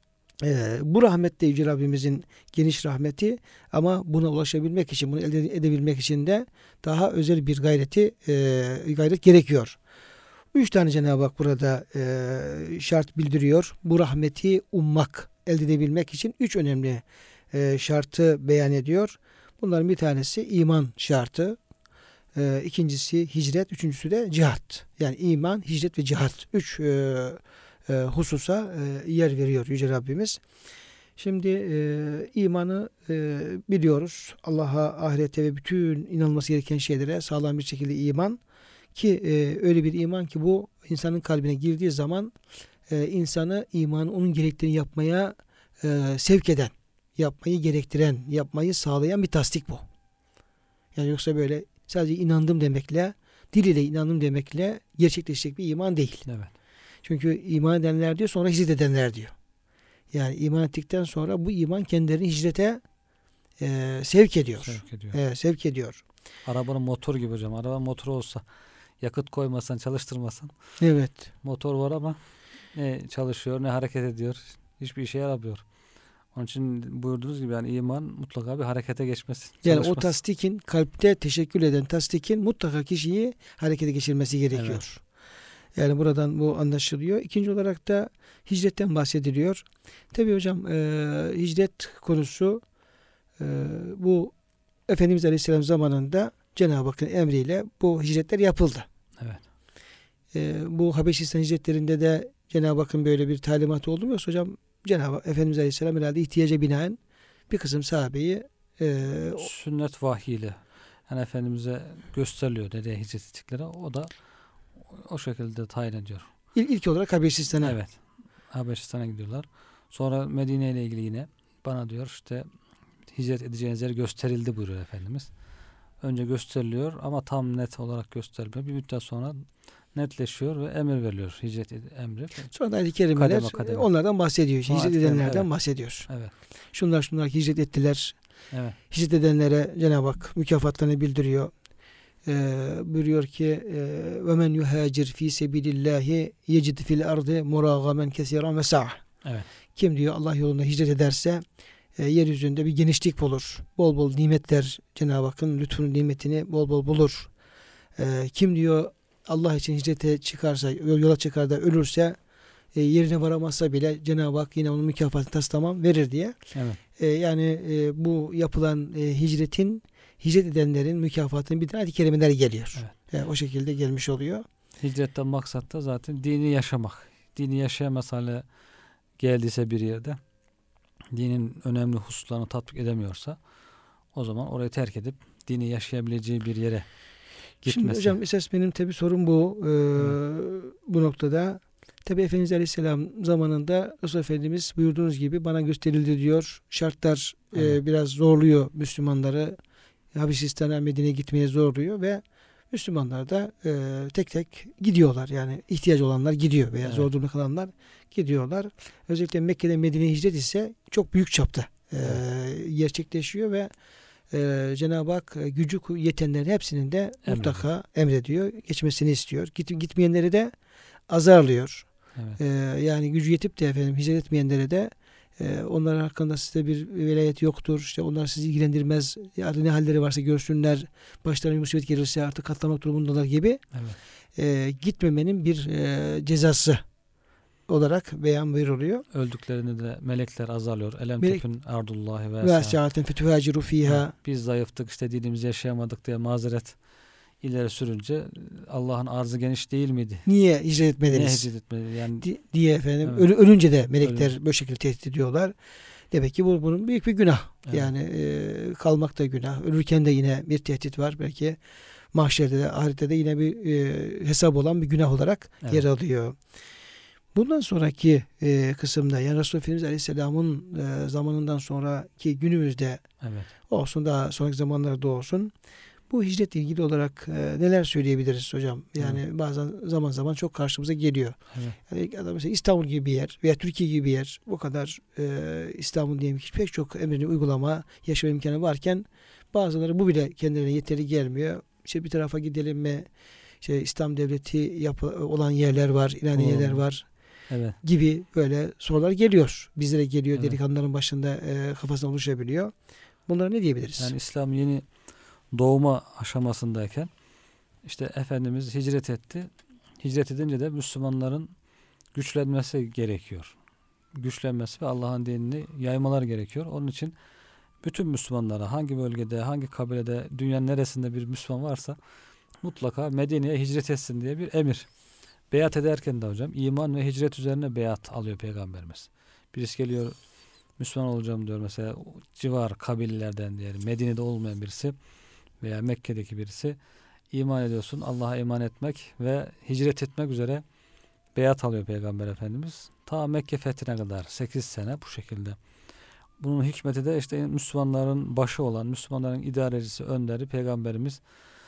Ee, bu rahmet de Yüce Rabbimizin geniş rahmeti, ama buna ulaşabilmek için, bunu elde edebilmek için de daha özel bir gayreti e, gayret gerekiyor. Üç tane Cenab-ı Hak burada e, şart bildiriyor. Bu rahmeti ummak, elde edebilmek için üç önemli e, şartı beyan ediyor. Bunların bir tanesi iman şartı, e, ikincisi hicret, üçüncüsü de cihat. Yani iman, hicret ve cihat. Üç e, E, hususa e, yer veriyor Yüce Rabbimiz. Şimdi e, imanı e, biliyoruz. Allah'a, ahirete ve bütün inanılması gereken şeylere sağlam bir şekilde iman, ki e, öyle bir iman ki bu insanın kalbine girdiği zaman e, insanı imanı onun gerektiğini yapmaya e, sevk eden, yapmayı gerektiren, yapmayı sağlayan bir tasdik bu. Yani yoksa böyle sadece inandım demekle, dil ile inandım demekle gerçekleşecek bir iman değil. Evet. Çünkü iman edenler diyor, sonra hicret edenler diyor. Yani iman ettikten sonra bu iman kendilerini hicrete e, sevk ediyor. Sevk ediyor. E, sevk ediyor. Arabanın motoru gibi hocam. Araba motoru olsa, yakıt koymasan, çalıştırmasan, Evet. motor var ama ne çalışıyor, ne hareket ediyor. Hiçbir işe yaramıyor. Onun için buyurduğunuz gibi yani iman mutlaka bir harekete geçmesi. Yani çalışması. o tasdikin, kalpte teşekkül eden tasdikin mutlaka kişiyi harekete geçirmesi gerekiyor. Evet. Yani buradan bu anlaşılıyor. İkinci olarak da hicretten bahsediliyor. Tabii hocam e, hicret konusu e, bu Efendimiz Aleyhisselam zamanında Cenab-ı Hakk'ın emriyle bu hicretler yapıldı. Evet. E, bu Habeşistan hicretlerinde de Cenab-ı Hakk'ın böyle bir talimatı oldu mu? Yoksa hocam Cenab-ı Efendimiz Aleyhisselam herhalde ihtiyaca binaen bir kısım sahabeyi e, sünnet vahyiyle yani Efendimiz'e gösteriliyor nereye hicret ettikleri. O da o şekilde tayin ediyor. ilk, ilk olarak Habeşistan'a. Evet. Habeşistan'a gidiyorlar. Sonra Medine ile ilgili yine bana diyor işte hicret edeceğiniz yer gösterildi buyuruyor Efendimiz. Önce gösteriliyor ama tam net olarak göstermiyor. Bir müddet sonra netleşiyor ve emir veriliyor. Hicret emri. Sonra da ayet-i kerimeler Kademe kademe. onlardan bahsediyor. Hicret Ayet-i edenlerden kerime, evet. bahsediyor. Evet. Şunlar şunlar hicret ettiler. Evet. Hicret edenlere Cenab-ı Hak mükafatlarını bildiriyor. Ee, buyuruyor ki ve men yuhacir fi sebilillahi yecid fil ardı muragamen kesiran ve sa'ah. Evet. Kim diyor Allah yolunda hicret ederse e, yeryüzünde bir genişlik bulur. Bol bol nimetler, Cenab-ı Hakk'ın lütfunu, nimetini bol bol bulur. E, kim diyor Allah için hicrete çıkarsa, yola çıkar da ölürse e, yerine varamazsa bile Cenab-ı Hak yine onun mükafatını tas tamam verir diye. Evet. E, yani e, bu yapılan e, hicretin, hicret edenlerin mükafatının bir tane ayet-i kerimeler geliyor. Evet. E, o şekilde gelmiş oluyor. Hicretten maksat da zaten dini yaşamak. Dini yaşayamaz hale geldiyse bir yerde, dinin önemli hususlarını tatbik edemiyorsa o zaman orayı terk edip dini yaşayabileceği bir yere gitmesi. Şimdi hocam esas benim tabi sorum bu. Ee, bu noktada tabi Efendimiz Aleyhisselam zamanında Resul Efendimiz buyurduğunuz gibi bana gösterildi diyor. Şartlar Evet. e, biraz zorluyor Müslümanları. Habeşistan'a, Medine'ye gitmeye zorluyor ve Müslümanlar da e, tek tek gidiyorlar. Yani ihtiyacı olanlar gidiyor veya Evet. zor durumda kalanlar gidiyorlar. Özellikle Mekke'de Medine'ye hicret ise çok büyük çapta e, gerçekleşiyor ve e, Cenab-ı Hak e, gücü yetenlerin hepsinin de mutlaka emrediyor. Geçmesini istiyor. Git, gitmeyenleri de azarlıyor. Evet. E, yani gücü yetip de efendim hicret etmeyenlere de e, onların hakkında size bir velayet yoktur. İşte onlar sizi ilgilendirmez. Ya ne halleri varsa görsünler. Başlarına musibet gelirse artık katlamak durumundalar gibi Evet. e, gitmemenin bir e, cezası olarak beyan buyuruluyor. Öldüklerini de melekler azarlıyor. Elem Melek- tekün ardullahi ve Ve esâ. saaten fütühaciru fiha. Biz zayıftık, işte dinimizi yaşayamadık diye mazeret ileri sürünce Allah'ın arzı geniş değil miydi? Niye hicret Ne etmediniz? hicret etmedi? Yani Di- diye efendim Evet. ölü- ölünce de melekler Ölünce. böyle şekilde tehdit ediyorlar. Demek ki bu bunun büyük bir günah. Evet. Yani e, kalmak da günah. Ölürken de yine bir tehdit var. Belki mahşerde de ahirette de yine bir e, hesap olan bir günah olarak Evet. yer alıyor. Bundan sonraki e, kısımda yani Resulullah Efendimiz Aleyhisselam'ın e, zamanından sonraki günümüzde evet. olsun daha sonraki zamanlarda olsun bu hicretle ilgili olarak e, neler söyleyebiliriz hocam? Yani bazen zaman zaman çok karşımıza geliyor. Evet. Yani adam mesela İstanbul gibi bir yer veya Türkiye gibi bir yer bu kadar e, İstanbul diyelim ki pek çok emrini uygulama yaşama imkanı varken bazıları bu bile kendilerine yeterli gelmiyor. İşte bir tarafa gidelim mi? İşte İslam devleti yapı, olan yerler var, ilan Oo. yerler var Evet. gibi böyle sorular geliyor. Bizlere geliyor. Evet. Delikanlıların başında e, kafasına oluşabiliyor. Bunlara ne diyebiliriz? Yani İslam yeni doğuma aşamasındayken işte Efendimiz hicret etti. Hicret edince de Müslümanların güçlenmesi gerekiyor. Güçlenmesi ve Allah'ın dinini yaymaları gerekiyor. Onun için bütün Müslümanlara hangi bölgede, hangi kabilede, dünyanın neresinde bir Müslüman varsa mutlaka Medine'ye hicret etsin diye bir emir. Beyat ederken de hocam iman ve hicret üzerine beyat alıyor Peygamberimiz. Birisi geliyor Müslüman olacağım diyor mesela civar kabilelerden diyelim Medine'de olmayan birisi veya Mekke'deki birisi iman ediyorsun Allah'a iman etmek ve hicret etmek üzere beyat alıyor Peygamber Efendimiz. Ta Mekke fethine kadar sekiz sene bu şekilde. Bunun hikmeti de işte Müslümanların başı olan, Müslümanların idarecisi, önderi Peygamberimiz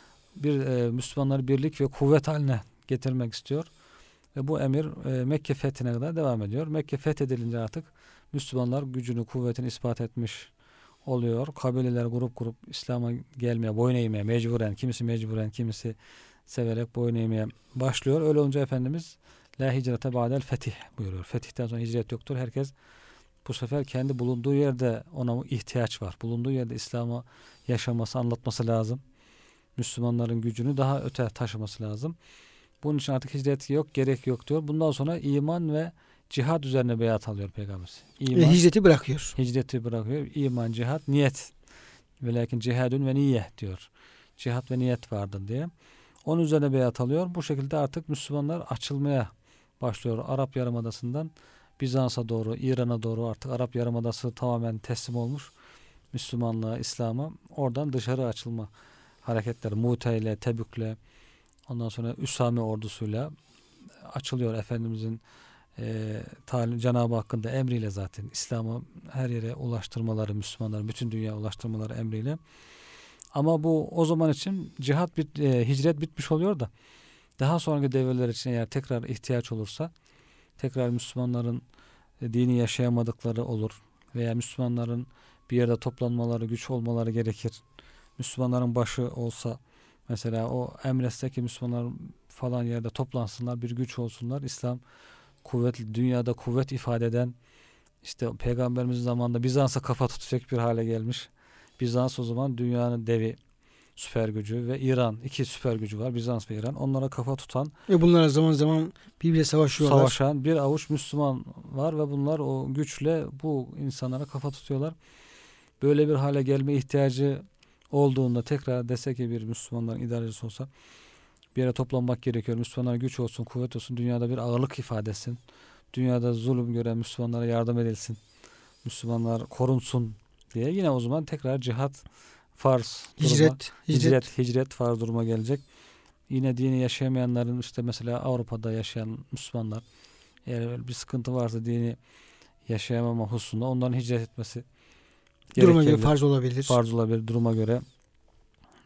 bir e, Müslümanları birlik ve kuvvet haline getirmek istiyor. Ve bu emir e, Mekke fethine kadar devam ediyor. Mekke fethedilince artık Müslümanlar gücünü, kuvvetini ispat etmiş oluyor. Kabileler grup grup İslam'a gelmeye, boyun eğmeye mecburen, kimisi mecburen, kimisi severek boyun eğmeye başlıyor. Öyle olunca Efendimiz la hicrete ba'del fetih buyuruyor. Fetihten sonra hicret yoktur. Herkes bu sefer kendi bulunduğu yerde ona ihtiyaç var. Bulunduğu yerde İslam'ı yaşaması, anlatması lazım. Müslümanların gücünü daha öte taşıması lazım. Bunun için artık hicret yok, gerek yok diyor. Bundan sonra iman ve cihad üzerine beyat alıyor Peygamberimiz. İman, E, hicreti bırakıyor. hicreti bırakıyor. İman, cihad, niyet. Velakin cihadun ve niyet diyor. Cihad ve niyet vardır diye. Onun üzerine beyat alıyor. Bu şekilde artık Müslümanlar açılmaya başlıyor. Arap Yarımadası'ndan Bizans'a doğru, İran'a doğru artık Arap Yarımadası tamamen teslim olmuş. Müslümanlığa, İslam'a oradan dışarı açılma hareketleri. Mu'te ile, Tebük'le, ondan sonra Üsame ordusuyla açılıyor Efendimizin e, talim, Cenab-ı Hakk'ın da emriyle zaten İslam'ı her yere ulaştırmaları, Müslümanların bütün dünya ulaştırmaları emriyle. Ama bu o zaman için cihat bit, e, hicret bitmiş oluyor da daha sonraki devirler için eğer tekrar ihtiyaç olursa tekrar Müslümanların e, dini yaşayamadıkları olur veya Müslümanların bir yerde toplanmaları, güç olmaları gerekir. Müslümanların başı olsa mesela o Emres'teki Müslümanlar falan yerde toplansınlar, bir güç olsunlar. İslam kuvvetli, dünyada kuvvet ifade eden işte Peygamberimizin zamanında Bizans'a kafa tutacak bir hale gelmiş. Bizans o zaman dünyanın devi süper gücü ve İran iki süper gücü var. Bizans ve İran. Onlara kafa tutan Ve bunlar zaman zaman birbirine savaşıyorlar. savaşan bir avuç Müslüman var ve bunlar o güçle bu insanlara kafa tutuyorlar. Böyle bir hale gelme ihtiyacı olduğunda tekrar dese ki bir Müslümanların idarecisi olsa bir yere toplanmak gerekiyor. Müslümanlara güç olsun, kuvvet olsun, dünyada bir ağırlık ifade etsin. Dünyada zulüm gören Müslümanlara yardım edilsin. Müslümanlar korunsun diye yine o zaman tekrar cihat farz duruma, Hicret, hicret. hicret, hicret farz duruma gelecek. Yine dini yaşayamayanların işte mesela Avrupa'da yaşayan Müslümanlar eğer bir sıkıntı varsa dini yaşayamama hususunda onların hicret etmesi Duruma göre gerekebilir. farz olabilir. Farz olabilir duruma göre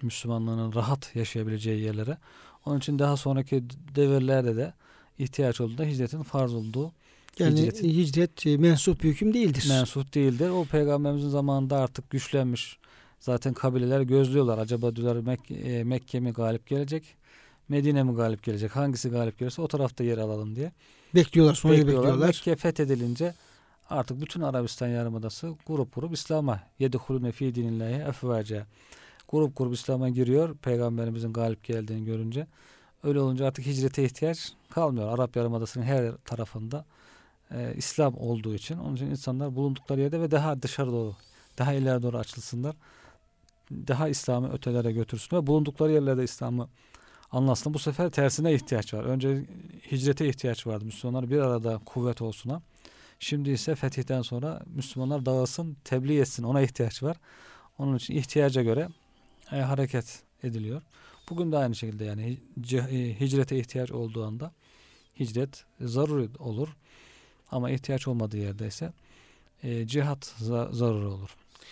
Müslümanlığının rahat yaşayabileceği yerlere. Onun için daha sonraki devirlerde de ihtiyaç olduğunda hicretin farz olduğu, Yani hicretin hicret e, mensup bir hüküm değildir. mensup değildir. O peygamberimizin zamanında artık güçlenmiş. Zaten kabileler gözlüyorlar. Acaba diyorlar Mek- e, Mekke mi galip gelecek? Medine mi galip gelecek? Hangisi galip gelirse o tarafta yer alalım diye. Bekliyorlar, sonucu Bekliyorlar. bekliyorlar. Mekke fethedilince artık bütün Arabistan Yarımadası grup grup İslam'a yedhulune fî dinillahi efvâce. Grup grup İslam'a giriyor. Peygamberimizin galip geldiğini görünce. Öyle olunca artık hicrete ihtiyaç kalmıyor. Arap Yarımadası'nın her tarafında e, İslam olduğu için. Onun için insanlar bulundukları yerde ve daha dışarı doğru, daha ileri doğru açılsınlar. Daha İslam'ı ötelere götürsün ve bulundukları yerlerde İslam'ı anlasın. Bu sefer tersine ihtiyaç var. Önce hicrete ihtiyaç vardı. Müslümanlar bir arada kuvvet olsuna. Şimdi ise fetihten sonra Müslümanlar dağılsın, tebliğ etsin. Ona ihtiyaç var. Onun için ihtiyaca göre e, hareket ediliyor. Bugün de aynı şekilde yani hicrete ihtiyaç olduğu anda hicret zaruri olur. Ama ihtiyaç olmadığı yerde ise e, cihat za- zaruri olur.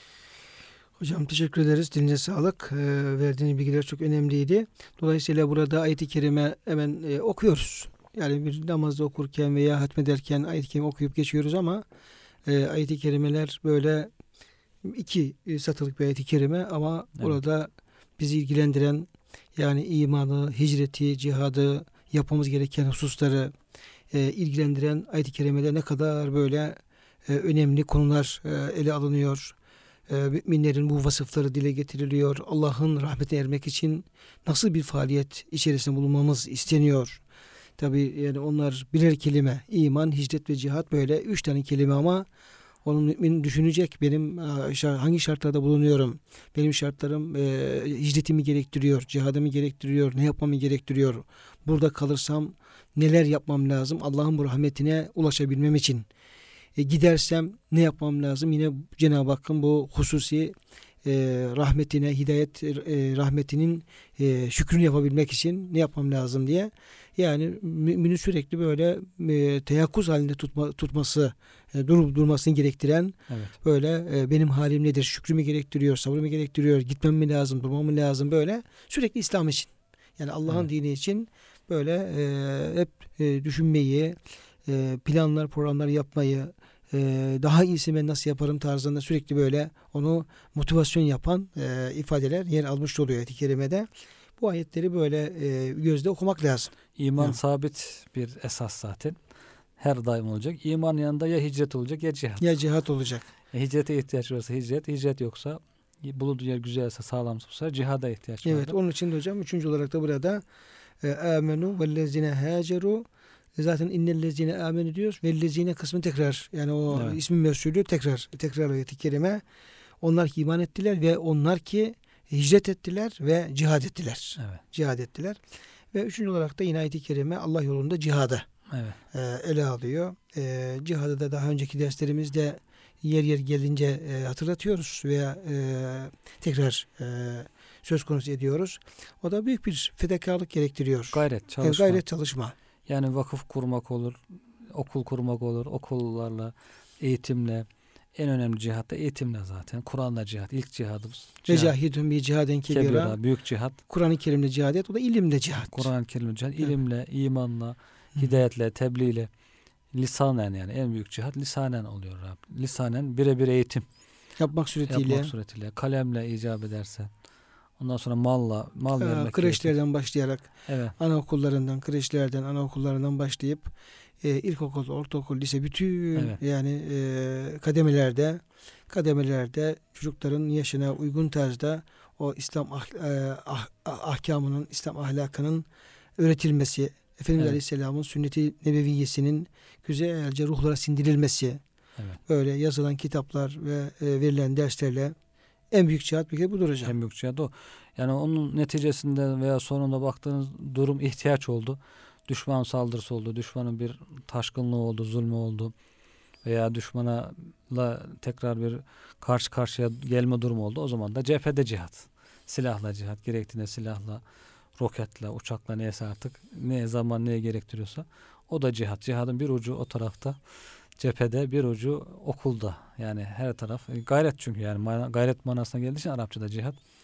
Hocam teşekkür ederiz. Dilinize sağlık. Ee, verdiğiniz bilgiler çok önemliydi. Dolayısıyla burada ayet-i kerime hemen e, okuyoruz. Yani bir namazda okurken veya hatmederken ayet-i kerime okuyup geçiyoruz ama e, ayet-i kerimeler böyle iki e, satırlık bir ayet-i kerime ama Evet. burada bizi ilgilendiren yani imanı, hicreti, cihadı, yapmamız gereken hususları e, ilgilendiren ayet-i kerimeler ne kadar böyle e, önemli konular e, ele alınıyor. Müminlerin bu vasıfları dile getiriliyor. Allah'ın rahmetine ermek için nasıl bir faaliyet içerisinde bulunmamız isteniyor. Tabi yani onlar birer kelime. İman, hicret ve cihat böyle üç tane kelime ama onun mümin düşünecek. Benim hangi şartlarda bulunuyorum? Benim şartlarım e, hicretimi gerektiriyor, cihadımı gerektiriyor, ne yapmamı gerektiriyor? Burada kalırsam neler yapmam lazım? Allah'ın bu rahmetine ulaşabilmem için. E, gidersem ne yapmam lazım? Yine Cenab-ı Hakk'ın bu hususi e, rahmetine, hidayet e, rahmetinin e, şükrünü yapabilmek için ne yapmam lazım diye. Yani müminin sürekli böyle e, teyakkuz halinde tutma, tutması, e, durup durmasını gerektiren Evet. böyle e, benim halim nedir? Şükrümü gerektiriyor, sabrımı gerektiriyor, gitmem mi lazım, durmam mı lazım böyle sürekli İslam için. Yani Allah'ın Evet. dini için böyle e, hep e, düşünmeyi, e, planlar, programlar yapmayı, daha iyisi ben nasıl yaparım tarzında sürekli böyle onu motivasyon yapan e, ifadeler yer almış oluyor ayet-i kerimede. Bu ayetleri böyle e, gözde okumak lazım. İman Evet. sabit bir esas zaten. Her daim olacak. İman yanında ya hicret olacak ya cihat. Ya cihat olacak. E, hicrete ihtiyaç varsa hicret, hicret yoksa bulunduğu yer güzelse, sağlamsa cihada ihtiyaç vardır. Evet, onun için de hocam üçüncü olarak da burada amenu vellezine haceru, zaten innellezine amenu diyoruz. Vellezine kısmı tekrar yani o Evet. ismin mesulü tekrar tekrar ayet-i kerime. Onlar ki iman ettiler ve onlar ki hicret ettiler ve cihad ettiler. Evet. Cihad ettiler. Ve üçüncü olarak da yine ayet-i kerime Allah yolunda cihadı Evet. e, ele alıyor. E, cihadı da daha önceki derslerimizde yer yer gelince e, hatırlatıyoruz veya e, tekrar e, söz konusu ediyoruz. O da büyük bir fedakarlık gerektiriyor. Gayret, çalışma. E, gayret çalışma. Yani vakıf kurmak olur, okul kurmak olur, okullarla, eğitimle. En önemli cihat da eğitimle zaten. Kur'an'la cihat, ilk cihadımız. Vecahidun bi cihaden kebira. Kebira, büyük cihat. Kur'an-ı Kerim'le cihad et. O da ilimle cihat. Kur'an-ı Kerim'le cihat, ilimle, imanla, hidayetle, tebliğle, lisanen yani en büyük cihat lisanen oluyor. Lisanen birebir eğitim. Yapmak suretiyle. Yapmak suretiyle, kalemle icap ederse. Ondan sonra malla, mal Ee, vermek. kreşlerden başlayarak, evet. anaokullarından, kreşlerden, anaokullarından başlayıp e, ilkokul, ortaokul, lise bütün Evet. yani e, kademelerde kademelerde çocukların yaşına uygun tarzda o İslam ah, e, ah, ah, ahkamının, İslam ahlakının öğretilmesi, Efendimiz Evet. Aleyhisselam'ın sünnet-i nebeviyesinin güzelce ruhlara sindirilmesi, Evet. böyle yazılan kitaplar ve e, verilen derslerle en büyük cihat bir kere budur hocam. En büyük cihat o. Yani onun neticesinde veya sonunda baktığınız durum ihtiyaç oldu. Düşman saldırısı oldu. Düşmanın bir taşkınlığı oldu, zulmü oldu. Veya düşmanla tekrar bir karşı karşıya gelme durumu oldu. O zaman da cephede cihat. Silahla cihat. Gerektiğinde silahla, roketle, uçakla neyse artık ne zaman neye gerektiriyorsa o da cihat. Cihadın bir ucu o tarafta cephede, bir ucu okulda. Yani her taraf gayret, çünkü yani gayret manasına geldiği için Arapçada cihat.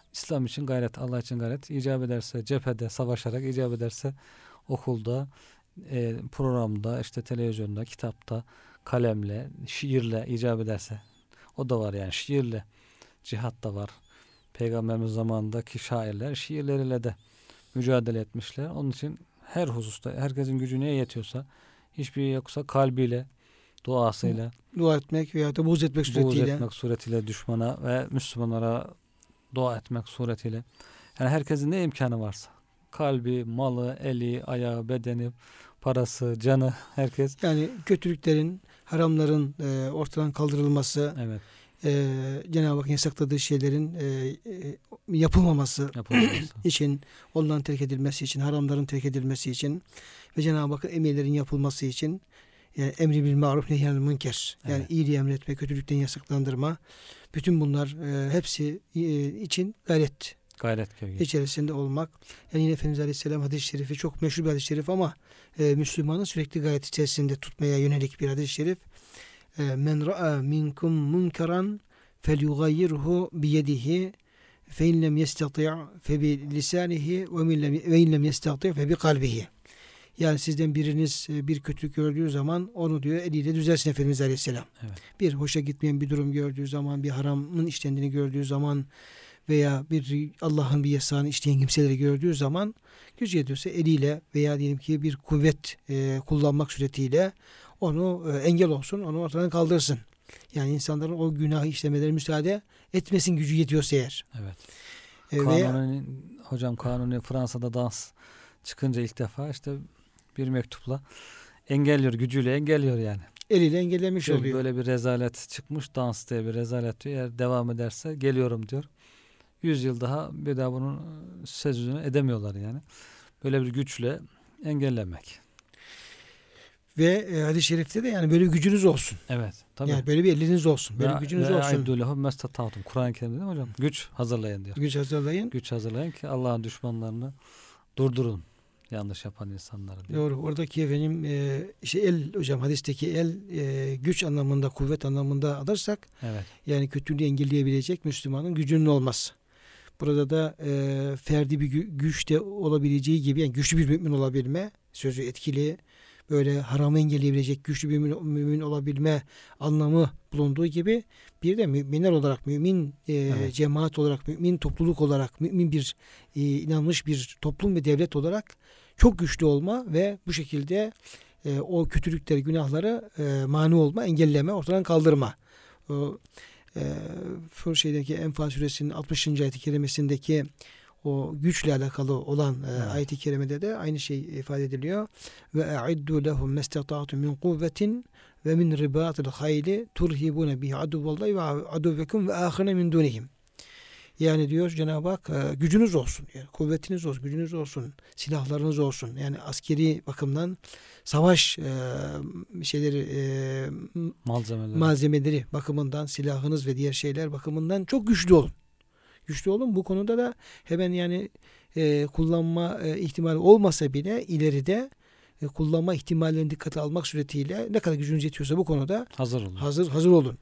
İslam için gayret, Allah için gayret. İcap ederse cephede savaşarak, icap ederse okulda, e, programda, işte televizyonda, kitapta, kalemle, şiirle icap ederse. O da var yani, şiirle. Cihat da var. Peygamberimiz zamanındaki şairler şiirleriyle de mücadele etmişler. Onun için her hususta herkesin gücü neye yetiyorsa, hiçbir yoksa kalbiyle, duasıyla, Dua etmek veya da buğz etmek buğz suretiyle. etmek suretiyle düşmana ve Müslümanlara dua etmek suretiyle. Yani herkesin ne imkanı varsa, kalbi, malı, eli, ayağı, bedeni, parası, canı, herkes. Yani kötülüklerin, haramların e, ortadan kaldırılması, Evet. e, Cenab-ı Hakk'ın yasakladığı şeylerin e, e, yapılmaması için, onların terk edilmesi için, haramların terk edilmesi için ve Cenab-ı Hakk'ın emirlerin yapılması için, yani emri bil maruf nehyanil münker, yani Evet. iyiliği emretme, kötülükten yasaklandırma, bütün bunlar e, hepsi e, için gayret Gayret gerekiyor. içerisinde olmak. Yani yine Efendimiz Aleyhisselam hadis-i şerifi çok meşhur bir hadis-i şerif ama e, Müslümanın sürekli gayret içerisinde tutmaya yönelik bir hadis-i şerif. E, Men ra'a minkum munkaran felyughayyirhu biyedihi fe in lem yestati' fe bi lisanihi ve in lem yestati' fe bi kalbihi. Yani sizden biriniz bir kötülük gördüğü zaman onu diyor eliyle düzelsin Efendimiz Aleyhisselam. Evet. Bir hoşa gitmeyen bir durum gördüğü zaman, bir haramın işlendiğini gördüğü zaman veya bir Allah'ın bir yasağını işleyen kimseleri gördüğü zaman gücü yetiyorsa eliyle veya diyelim ki bir kuvvet e, kullanmak suretiyle onu e, engel olsun, onu ortadan kaldırsın. Yani insanların o günahı işlemeleri müsaade etmesin gücü yetiyorsa eğer. Evet. E, Kanuni, veya, hocam Kanuni Fransa'da dans çıkınca ilk defa işte bir mektupla engelliyor, gücüyle engelliyor yani. eliyle engellemiş Şöyle oluyor. böyle bir rezalet çıkmış, dans diye bir rezalet diyor. Eğer devam ederse geliyorum diyor. Yüz yıl daha bir daha bunun sözünü edemiyorlar yani. Böyle bir güçle engellemek. Ve e, hadis-i şerifte de yani böyle bir gücünüz olsun. Evet. Tabii. Yani böyle bir eliniz olsun. Böyle Ve- bir gücünüz ve olsun. aiddu lehum mestata'tum. Kur'an-ı Kerim'de değil mi hocam? Güç hazırlayın diyor. Güç hazırlayın. Güç hazırlayın ki Allah'ın düşmanlarını durdurun. Yanlış yapan insanları diyor. Doğru. Oradaki efendim e, işte el hocam hadisteki el e, güç anlamında, kuvvet anlamında alırsak Evet. yani kötülüğü engelleyebilecek Müslümanın gücünün olması. Burada da e, ferdi bir gü- güç de olabileceği gibi yani güçlü bir mümin olabilme, sözü etkili, böyle haramı engelleyebilecek güçlü bir mümin, mümin olabilme anlamı bulunduğu gibi bir de müminler olarak, mümin e, Evet. cemaat olarak, mümin topluluk olarak, mümin bir e, inanmış bir toplum ve devlet olarak çok güçlü olma ve bu şekilde e, o kötülükleri, günahları e, mani olma, engelleme, ortadan kaldırma. O e, şeydeki Enfal suresinin altmışıncı ayet-i kerimesindeki o güçle alakalı olan e, Evet. ayet-i kerimede de aynı şey ifade ediliyor. Ve a'iddu lehum mestata'tum min kuvvetin ve min ribatil hayli turhibune bihi aduvallahi ve aduvekum ve ahirine min dunihim. Yani diyor Cenab-ı Hak e, gücünüz olsun. Yani kuvvetiniz olsun, gücünüz olsun, silahlarınız olsun. Yani askeri bakımdan savaş e, şeyleri e, Malzemeleri. malzemeleri bakımından, silahınız ve diğer şeyler bakımından çok güçlü olun. Güçlü olun. Bu konuda da hemen yani e, kullanma e, ihtimali olmasa bile ileride e, kullanma ihtimallerini dikkate almak suretiyle ne kadar gücünüz yetiyorsa bu konuda Hazır olun. hazır hazır olun.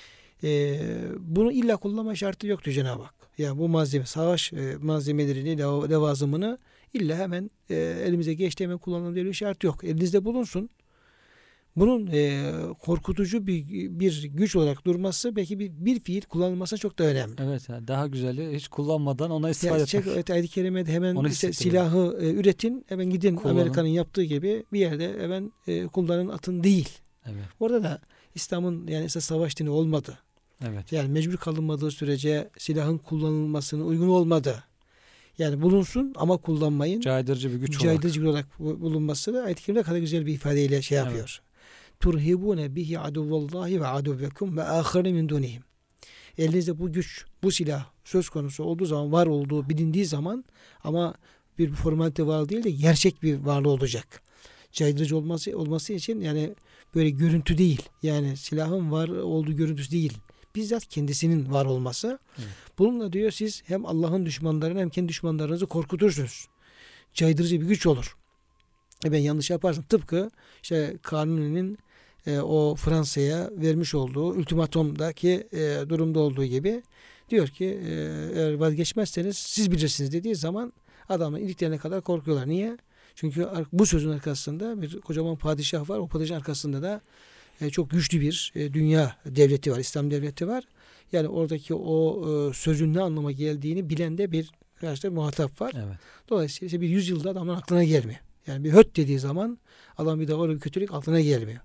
E, bunu illa kullanma şartı yoktu Cenab-ı Hak. Yani bu malzeme, savaş e, malzemelerini, lev- levazımını illa hemen e, elimize geçti hemen kullanalım diye bir şart yok. Elinizde bulunsun. Bunun e, korkutucu bir bir güç olarak durması belki bir, bir fiil kullanılması çok da önemli. Evet yani daha güzeli hiç kullanmadan ona istifade Yani çek, etmek. evet, ayet-i kerimede hemen Onu işte hissettiriyor. silahı e, üretin, hemen gidin Kullanın. Amerika'nın yaptığı gibi bir yerde hemen e, kullanın atın değil. Evet. Orada da İslam'ın yani esas savaş dini olmadı. Evet. Yani mecbur kalınmadığı sürece silahın kullanılmasının uygun olmadı. Yani bulunsun ama kullanmayın. Caydırıcı bir güç olarak. Caydırıcı bir olarak bu- bulunması da ayet-i kerimde kadar güzel bir ifadeyle şey Evet. yapıyor. Turhibune bihi aduvallahi ve aduvekum ve ahirine min dunihim. Elinizde bu güç, bu silah söz konusu olduğu zaman, var olduğu bilindiği zaman ama bir formalite varlığı değil de gerçek bir varlığı olacak. Caydırıcı olması olması için yani böyle görüntü değil. Yani silahın var olduğu görüntüsü değil. Bizzat kendisinin var olması. Evet. Bununla diyor siz hem Allah'ın düşmanlarını hem kendi düşmanlarınızı korkutursunuz. Caydırıcı bir güç olur. E ben yanlış yaparsam tıpkı işte Kanuni'nin e, o Fransa'ya vermiş olduğu ultimatomdaki e, durumda olduğu gibi Diyor ki e, eğer vazgeçmezseniz siz bilirsiniz dediği zaman adamın iliklerine kadar korkuyorlar. Niye? Çünkü bu sözün arkasında bir kocaman padişah var. O padişahın arkasında da e, çok güçlü bir e, dünya devleti var. İslam devleti var. Yani oradaki o e, sözün ne anlama geldiğini bilen de bir arkadaşlar muhatap var. Evet. Dolayısıyla işte bir yüzyılda adamın aklına gelmiyor. Yani bir höt dediği zaman adam bir daha öyle bir kötülük aklına gelmiyor.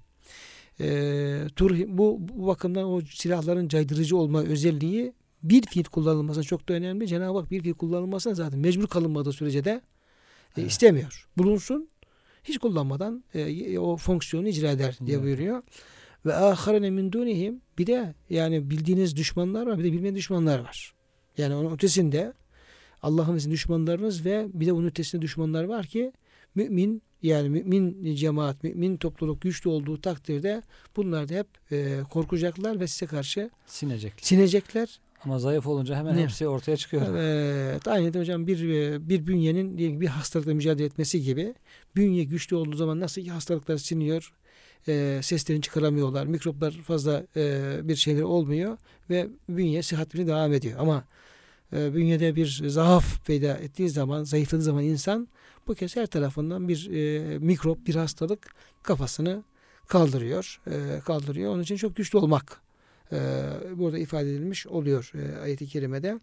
E, tur, bu, bu bakımdan o silahların caydırıcı olma özelliği bir fiil kullanılması çok da önemli. Cenab-ı Hak bir fiil kullanılmasına zaten mecbur kalınmadığı sürece de e, evet. istemiyor. Bulunsun. Hiç kullanmadan e, o fonksiyonu icra eder diye evet. buyuruyor. Ve aharene min dunihim, bir de yani bildiğiniz düşmanlar var, bir de bilmeyen düşmanlar var. Yani onun ötesinde Allah'ın sizin düşmanlarınız ve bir de bunun ötesinde düşmanlar var ki mümin, yani mümin cemaat, mümin topluluk güçlü olduğu takdirde bunlar da hep e, korkacaklar ve size karşı sinecekler. sinecekler. Ama zayıf olunca hemen ne? hepsi ortaya çıkıyor. Evet. Aynı de hocam bir bir bünyenin diyelim bir hastalıkla mücadele etmesi gibi, bünye güçlü olduğu zaman nasıl ki hastalıklar siniyor, e, seslerini çıkaramıyorlar, mikroplar fazla e, bir şeyler olmuyor ve bünye sıhhatli devam ediyor. Ama e, bünyede bir zaaf peyda ettiği zaman, zayıfladığı zaman insan bu kez her tarafından bir e, mikrop, bir hastalık kafasını kaldırıyor. E, kaldırıyor. Onun için çok güçlü olmak e, burada ifade edilmiş oluyor e, ayet-i kerimede.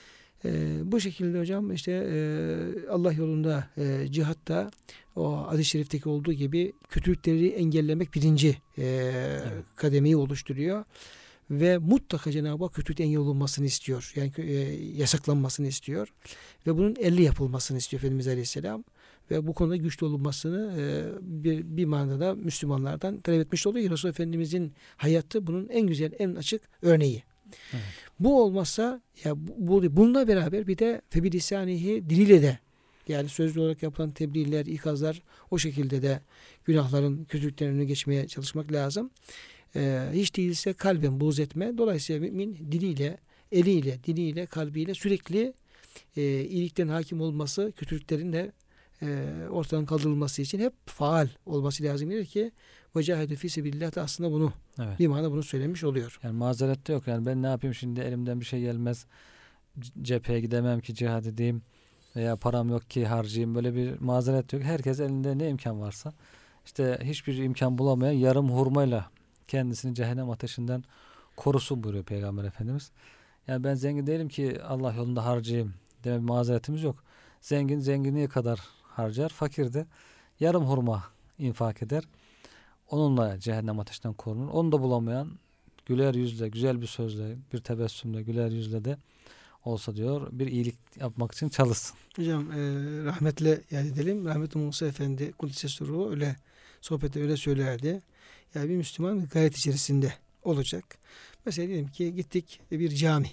E, bu şekilde hocam işte e, Allah yolunda e, cihatta o hadis-i şerifteki olduğu gibi kötülükleri engellemek birinci e, evet. kademeyi oluşturuyor. Ve mutlaka Cenab-ı Hak kötülükten engel olunmasını istiyor. Yani e, yasaklanmasını istiyor. Ve bunun elli yapılmasını istiyor Efendimiz Aleyhisselam. Ve bu konuda güçlü olunmasını e, bir, bir manada Müslümanlardan talep etmiş oluyor. Resulullah Efendimizin hayatı bunun en güzel, en açık örneği. Evet. Bu olmazsa ya bu, bununla beraber bir de febilisanihi diliyle de, yani sözlü olarak yapılan tebliğler, ikazlar, o şekilde de günahların, kötülüklerin önüne geçmeye çalışmak lazım. Ee, hiç değilse kalben buğz etme. Dolayısıyla mümin diliyle, eliyle, diliyle, kalbiyle sürekli e, iyiliklerin hakim olması, kötülüklerin de e, ortadan kaldırılması için hep faal olması lazım gelir ki vecahedü fî sebilillah da aslında bunu evet. bir manada bunu söylemiş oluyor. Yani mazeret de yok. Yani ben ne yapayım şimdi, elimden bir şey gelmez, cepheye gidemem ki cihad edeyim veya param yok ki harcayayım, böyle bir mazeret yok. Herkes elinde ne imkan varsa, işte hiçbir imkan bulamayan yarım hurmayla kendisini cehennem ateşinden korusun buyuruyor Peygamber Efendimiz. Yani ben zengin değilim ki Allah yolunda harcayayım deme bir mazeretimiz yok. Zengin zenginliğe kadar harcar, fakir de yarım hurma infak eder. Onunla cehennem ateşinden korunur. Onu da bulamayan güler yüzle, güzel bir sözle, bir tebessümle, güler yüzle de olsa diyor bir iyilik yapmak için çalışsın. Hocam e, rahmetle yad edelim. Rahmetli Musa Efendi Kuddisesi Ruhu öyle sohbette öyle söylerdi. Yani bir Müslüman bir gayret içerisinde olacak. Mesela diyelim ki gittik bir cami.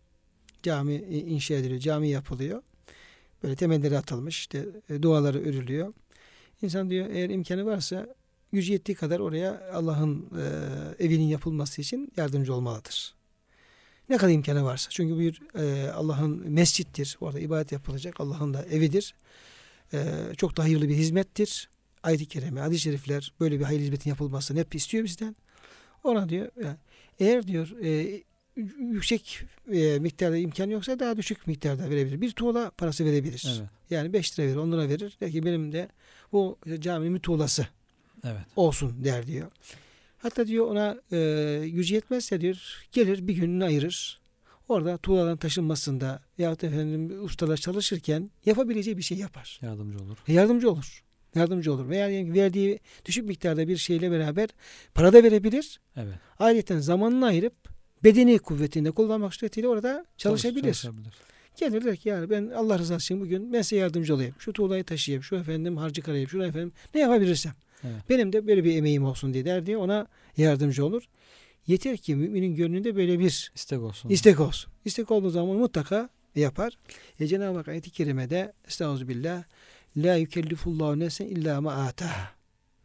Cami inşa ediliyor. Cami yapılıyor. Böyle temelleri atılmış. İşte duaları örülüyor. İnsan diyor eğer imkanı varsa gücü yettiği kadar oraya Allah'ın e, evinin yapılması için yardımcı olmalıdır. Ne kadar imkanı varsa. Çünkü bir e, Allah'ın mescittir. Orada ibadet yapılacak. Allah'ın da evidir. E, çok da hayırlı bir hizmettir. Ayet-i kerime, hadis-i şerifler böyle bir hayır hizmetin yapılmasını hep istiyor bizden. Ona diyor yani, eğer diyor e, yüksek e, miktarda imkan yoksa daha düşük miktarda verebilir. Bir tuğla parası verebilir. Evet. Yani beş lira verir, on lira verir. Belki benim de bu caminin tuğlası evet. olsun der diyor. Hatta diyor ona e, gücü yetmezse diyor gelir bir gününü ayırır. Orada tuğlaların taşınmasında yahut efendim ustalar çalışırken yapabileceği bir şey yapar. Yardımcı olur. E, yardımcı olur. Yardımcı olur. Veya yani verdiği düşük miktarda bir şeyle beraber para da verebilir. Evet. Ayrıca zamanını ayırıp bedeni kuvvetinde kullanmak suretiyle orada çalışabilir. çalışabilir. Gelir der ki yani ben Allah rızası için bugün ben size yardımcı olayım. Şu tuğlayı taşıyayım, şu efendim harcı karayım, şuna efendim ne yapabilirsem. Evet. Benim de böyle bir emeğim olsun diye der diye ona yardımcı olur. Yeter ki müminin gönlünde böyle bir istek olsun. İstek olsun. İstek olduğu zaman mutlaka yapar. E Cenab-ı Hak ayet-i kerimede Estağfirullah la yükellifullahu nefsen illa ma ataha.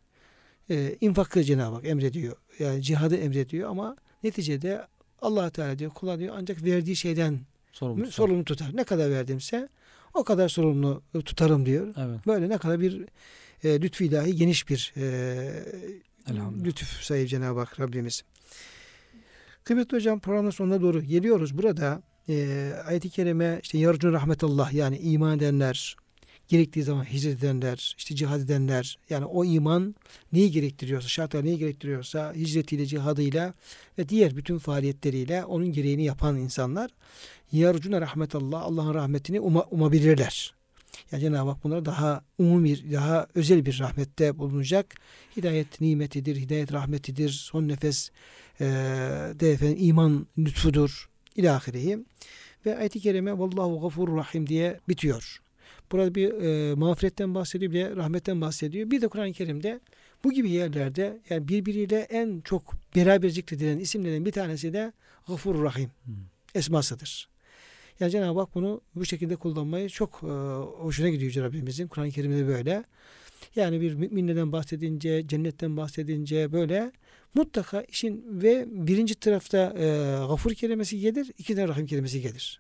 Ee, infakı Cenab-ı Hak emrediyor. Yani cihadı emrediyor ama neticede Allah Teala diyor kula diyor ancak verdiği şeyden sorumlu, sorumlu tutar. Ne kadar verdimse o kadar sorumlu tutarım diyor. Evet. Böyle ne kadar bir e, lütfu ilahi geniş bir e, lütuf sayı Cenab-ı Hak Rabbimiz. Kıymetli hocam programın sonuna doğru geliyoruz. Burada e, ayet-i kerime işte yarcun rahmetallah, yani iman edenler, gerektiği zaman hicret edenler, işte cihad edenler, yani o iman neyi gerektiriyorsa, şartlar neyi gerektiriyorsa hicretiyle, cihadıyla ve diğer bütün faaliyetleriyle onun gereğini yapan insanlar yarcuna rahmetallah, Allah'ın rahmetini uma, umabilirler. Yani Cenab-ı Hak bunlara daha umumi, daha özel bir rahmette bulunacak. Hidayet nimetidir, hidayet rahmetidir, son nefes e, de efendim iman lütfudur ilahirehi. Ve ayet-i kerime vallahu gafurur rahim diye bitiyor. Burada bir e, mağfiretten bahsediyor, bir de rahmetten bahsediyor. Bir de Kur'an-ı Kerim'de bu gibi yerlerde yani birbiriyle en çok beraber zikredilen isimlerden bir tanesi de Gafurur Rahim hmm. esmasıdır. Yani Cenab-ı Hak bunu bu şekilde kullanmayı çok e, hoşuna gidiyor Yüce Rabbimizin. Kur'an-ı Kerim'de böyle. Yani bir müminlerden bahsedince, cennetten bahsedince böyle mutlaka işin ve birinci tarafta e, Gafur kelimesi gelir, iki tane Rahim kelimesi gelir.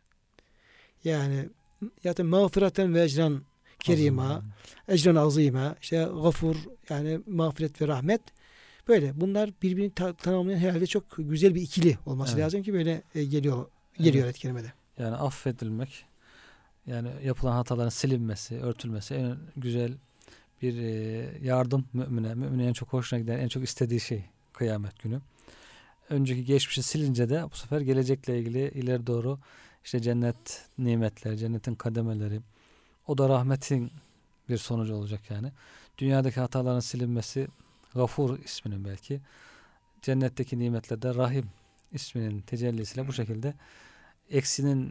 Yani ya da mağfireten ve ecran kerima, ecran azime, işte gafur, yani mağfiret ve rahmet. Böyle bunlar birbirini ta- tamamlayan herhalde çok güzel bir ikili olması evet. lazım ki böyle e, geliyor geliyor evet. ayet-i kerimede. Yani affedilmek, yani yapılan hataların silinmesi, örtülmesi en güzel bir e, yardım mümine. Mümine en çok hoşuna giden, en çok istediği şey kıyamet günü. Önceki geçmişi silince de bu sefer gelecekle ilgili ileri doğru işte cennet nimetleri, cennetin kademeleri, o da rahmetin bir sonucu olacak yani. Dünyadaki hataların silinmesi Gafur isminin belki, cennetteki nimetlerde Rahim isminin tecellisiyle bu şekilde eksinin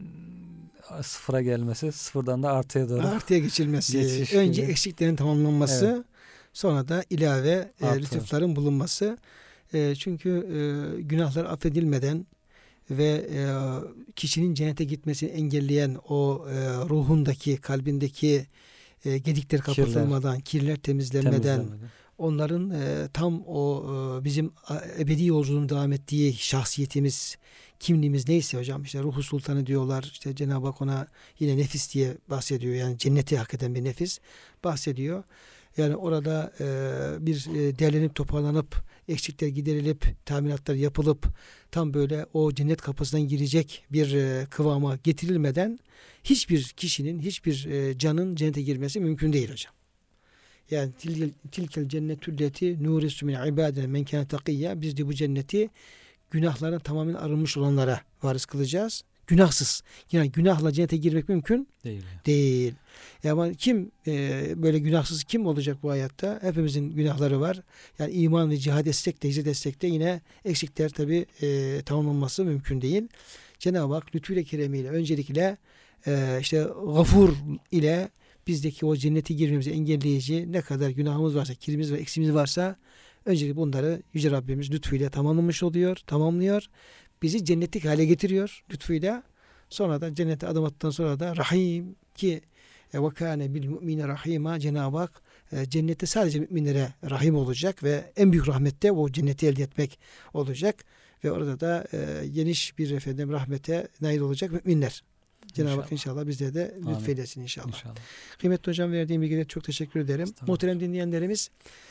sıfıra gelmesi, sıfırdan da artıya doğru artıya geçilmesi, önce gibi. Eksiklerin tamamlanması, evet. sonra da ilave e, lütufların bulunması. E, çünkü e, günahlar affedilmeden ve e, kişinin cennete gitmesini engelleyen o e, ruhundaki, kalbindeki e, gedikler kapatılmadan, kirler, kirler temizlenmeden, temizlemeden, onların e, tam o e, bizim ebedi yolculuğun devam ettiği şahsiyetimiz, kimliğimiz neyse hocam, işte ruhu sultanı diyorlar, işte Cenab-ı Hak ona yine nefis diye bahsediyor, yani cenneti hak eden bir nefis bahsediyor. Yani orada e, bir e, derlenip toparlanıp, eksikler giderilip, tamiratlar yapılıp tam böyle o cennet kapısından girecek bir e, kıvama getirilmeden hiçbir kişinin, hiçbir e, canın cennete girmesi mümkün değil hocam. Yani tilkel, tilkel cennetülleti nurisu min ibadina men kana takiyya, biz de bu cenneti günahların tamamen arınmış olanlara varis kılacağız. Günahsız. Yani günahla cennete girmek mümkün değil. Değil. Yani kim e, böyle günahsız kim olacak bu hayatta? Hepimizin günahları var. Yani iman ve cihad etsek de, hicret etsek de yine eksikler tabii e, tamamlanması mümkün değil. Cenab-ı Hak lütfuyla, keremiyle öncelikle e, işte gafur ile bizdeki o cennete girmemizi engelleyici ne kadar günahımız varsa, kirimiz ve eksimiz varsa öncelikle bunları Yüce Rabbimiz lütfuyla tamamlamış oluyor, tamamlıyor. Bizi cennetlik hale getiriyor lütfuyla. Sonra da cennete adım attıktan sonra da Rahim ki ve kâne bil mu'mine rahîmâ, Cenab-ı Hak e, cennette sadece müminlere rahim olacak ve en büyük rahmette o cenneti elde etmek olacak ve orada da e, geniş bir efendim rahmete nail olacak müminler. Cenab-ı Hak inşallah bizlere de lütfeylesin inşallah. inşallah. Kıymetli hocam, verdiğim bilgiler çok teşekkür ederim. Muhterem dinleyenlerimiz,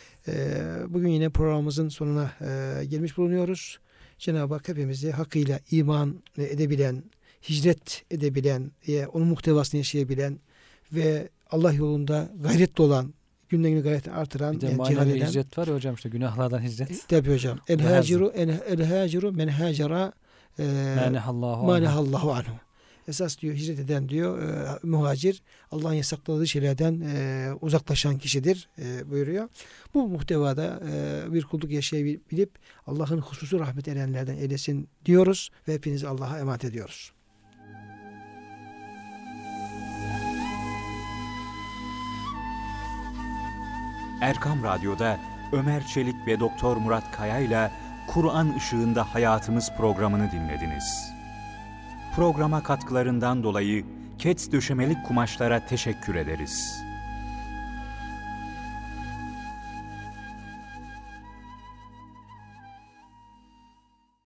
e, bugün yine programımızın sonuna e, gelmiş bulunuyoruz. Cenab-ı Hak hepimizi hakkıyla iman edebilen, hicret edebilen, e, onun muhtevasını yaşayabilen ve Allah yolunda gayretli olan, günden güne gayreti artıran, bir de yani manevi hicret var ya hocam, işte günahlardan hicret. E, tabii hocam. El haciru el haciru men hacera manehallahu anhu. Esas diyor hicret eden diyor e, muhacir, Allah'ın yasakladığı şeylerden e, uzaklaşan kişidir e, buyuruyor. Bu muhtevada e, bir kulluk yaşayabilip Allah'ın hususi rahmet erenlerden eylesin diyoruz ve hepinizi Allah'a emanet ediyoruz. Erkam Radyo'da Ömer Çelik ve Doktor Murat Kaya ile Kur'an Işığında Hayatımız programını dinlediniz. Programa katkılarından dolayı Kets Döşemelik Kumaşlara teşekkür ederiz.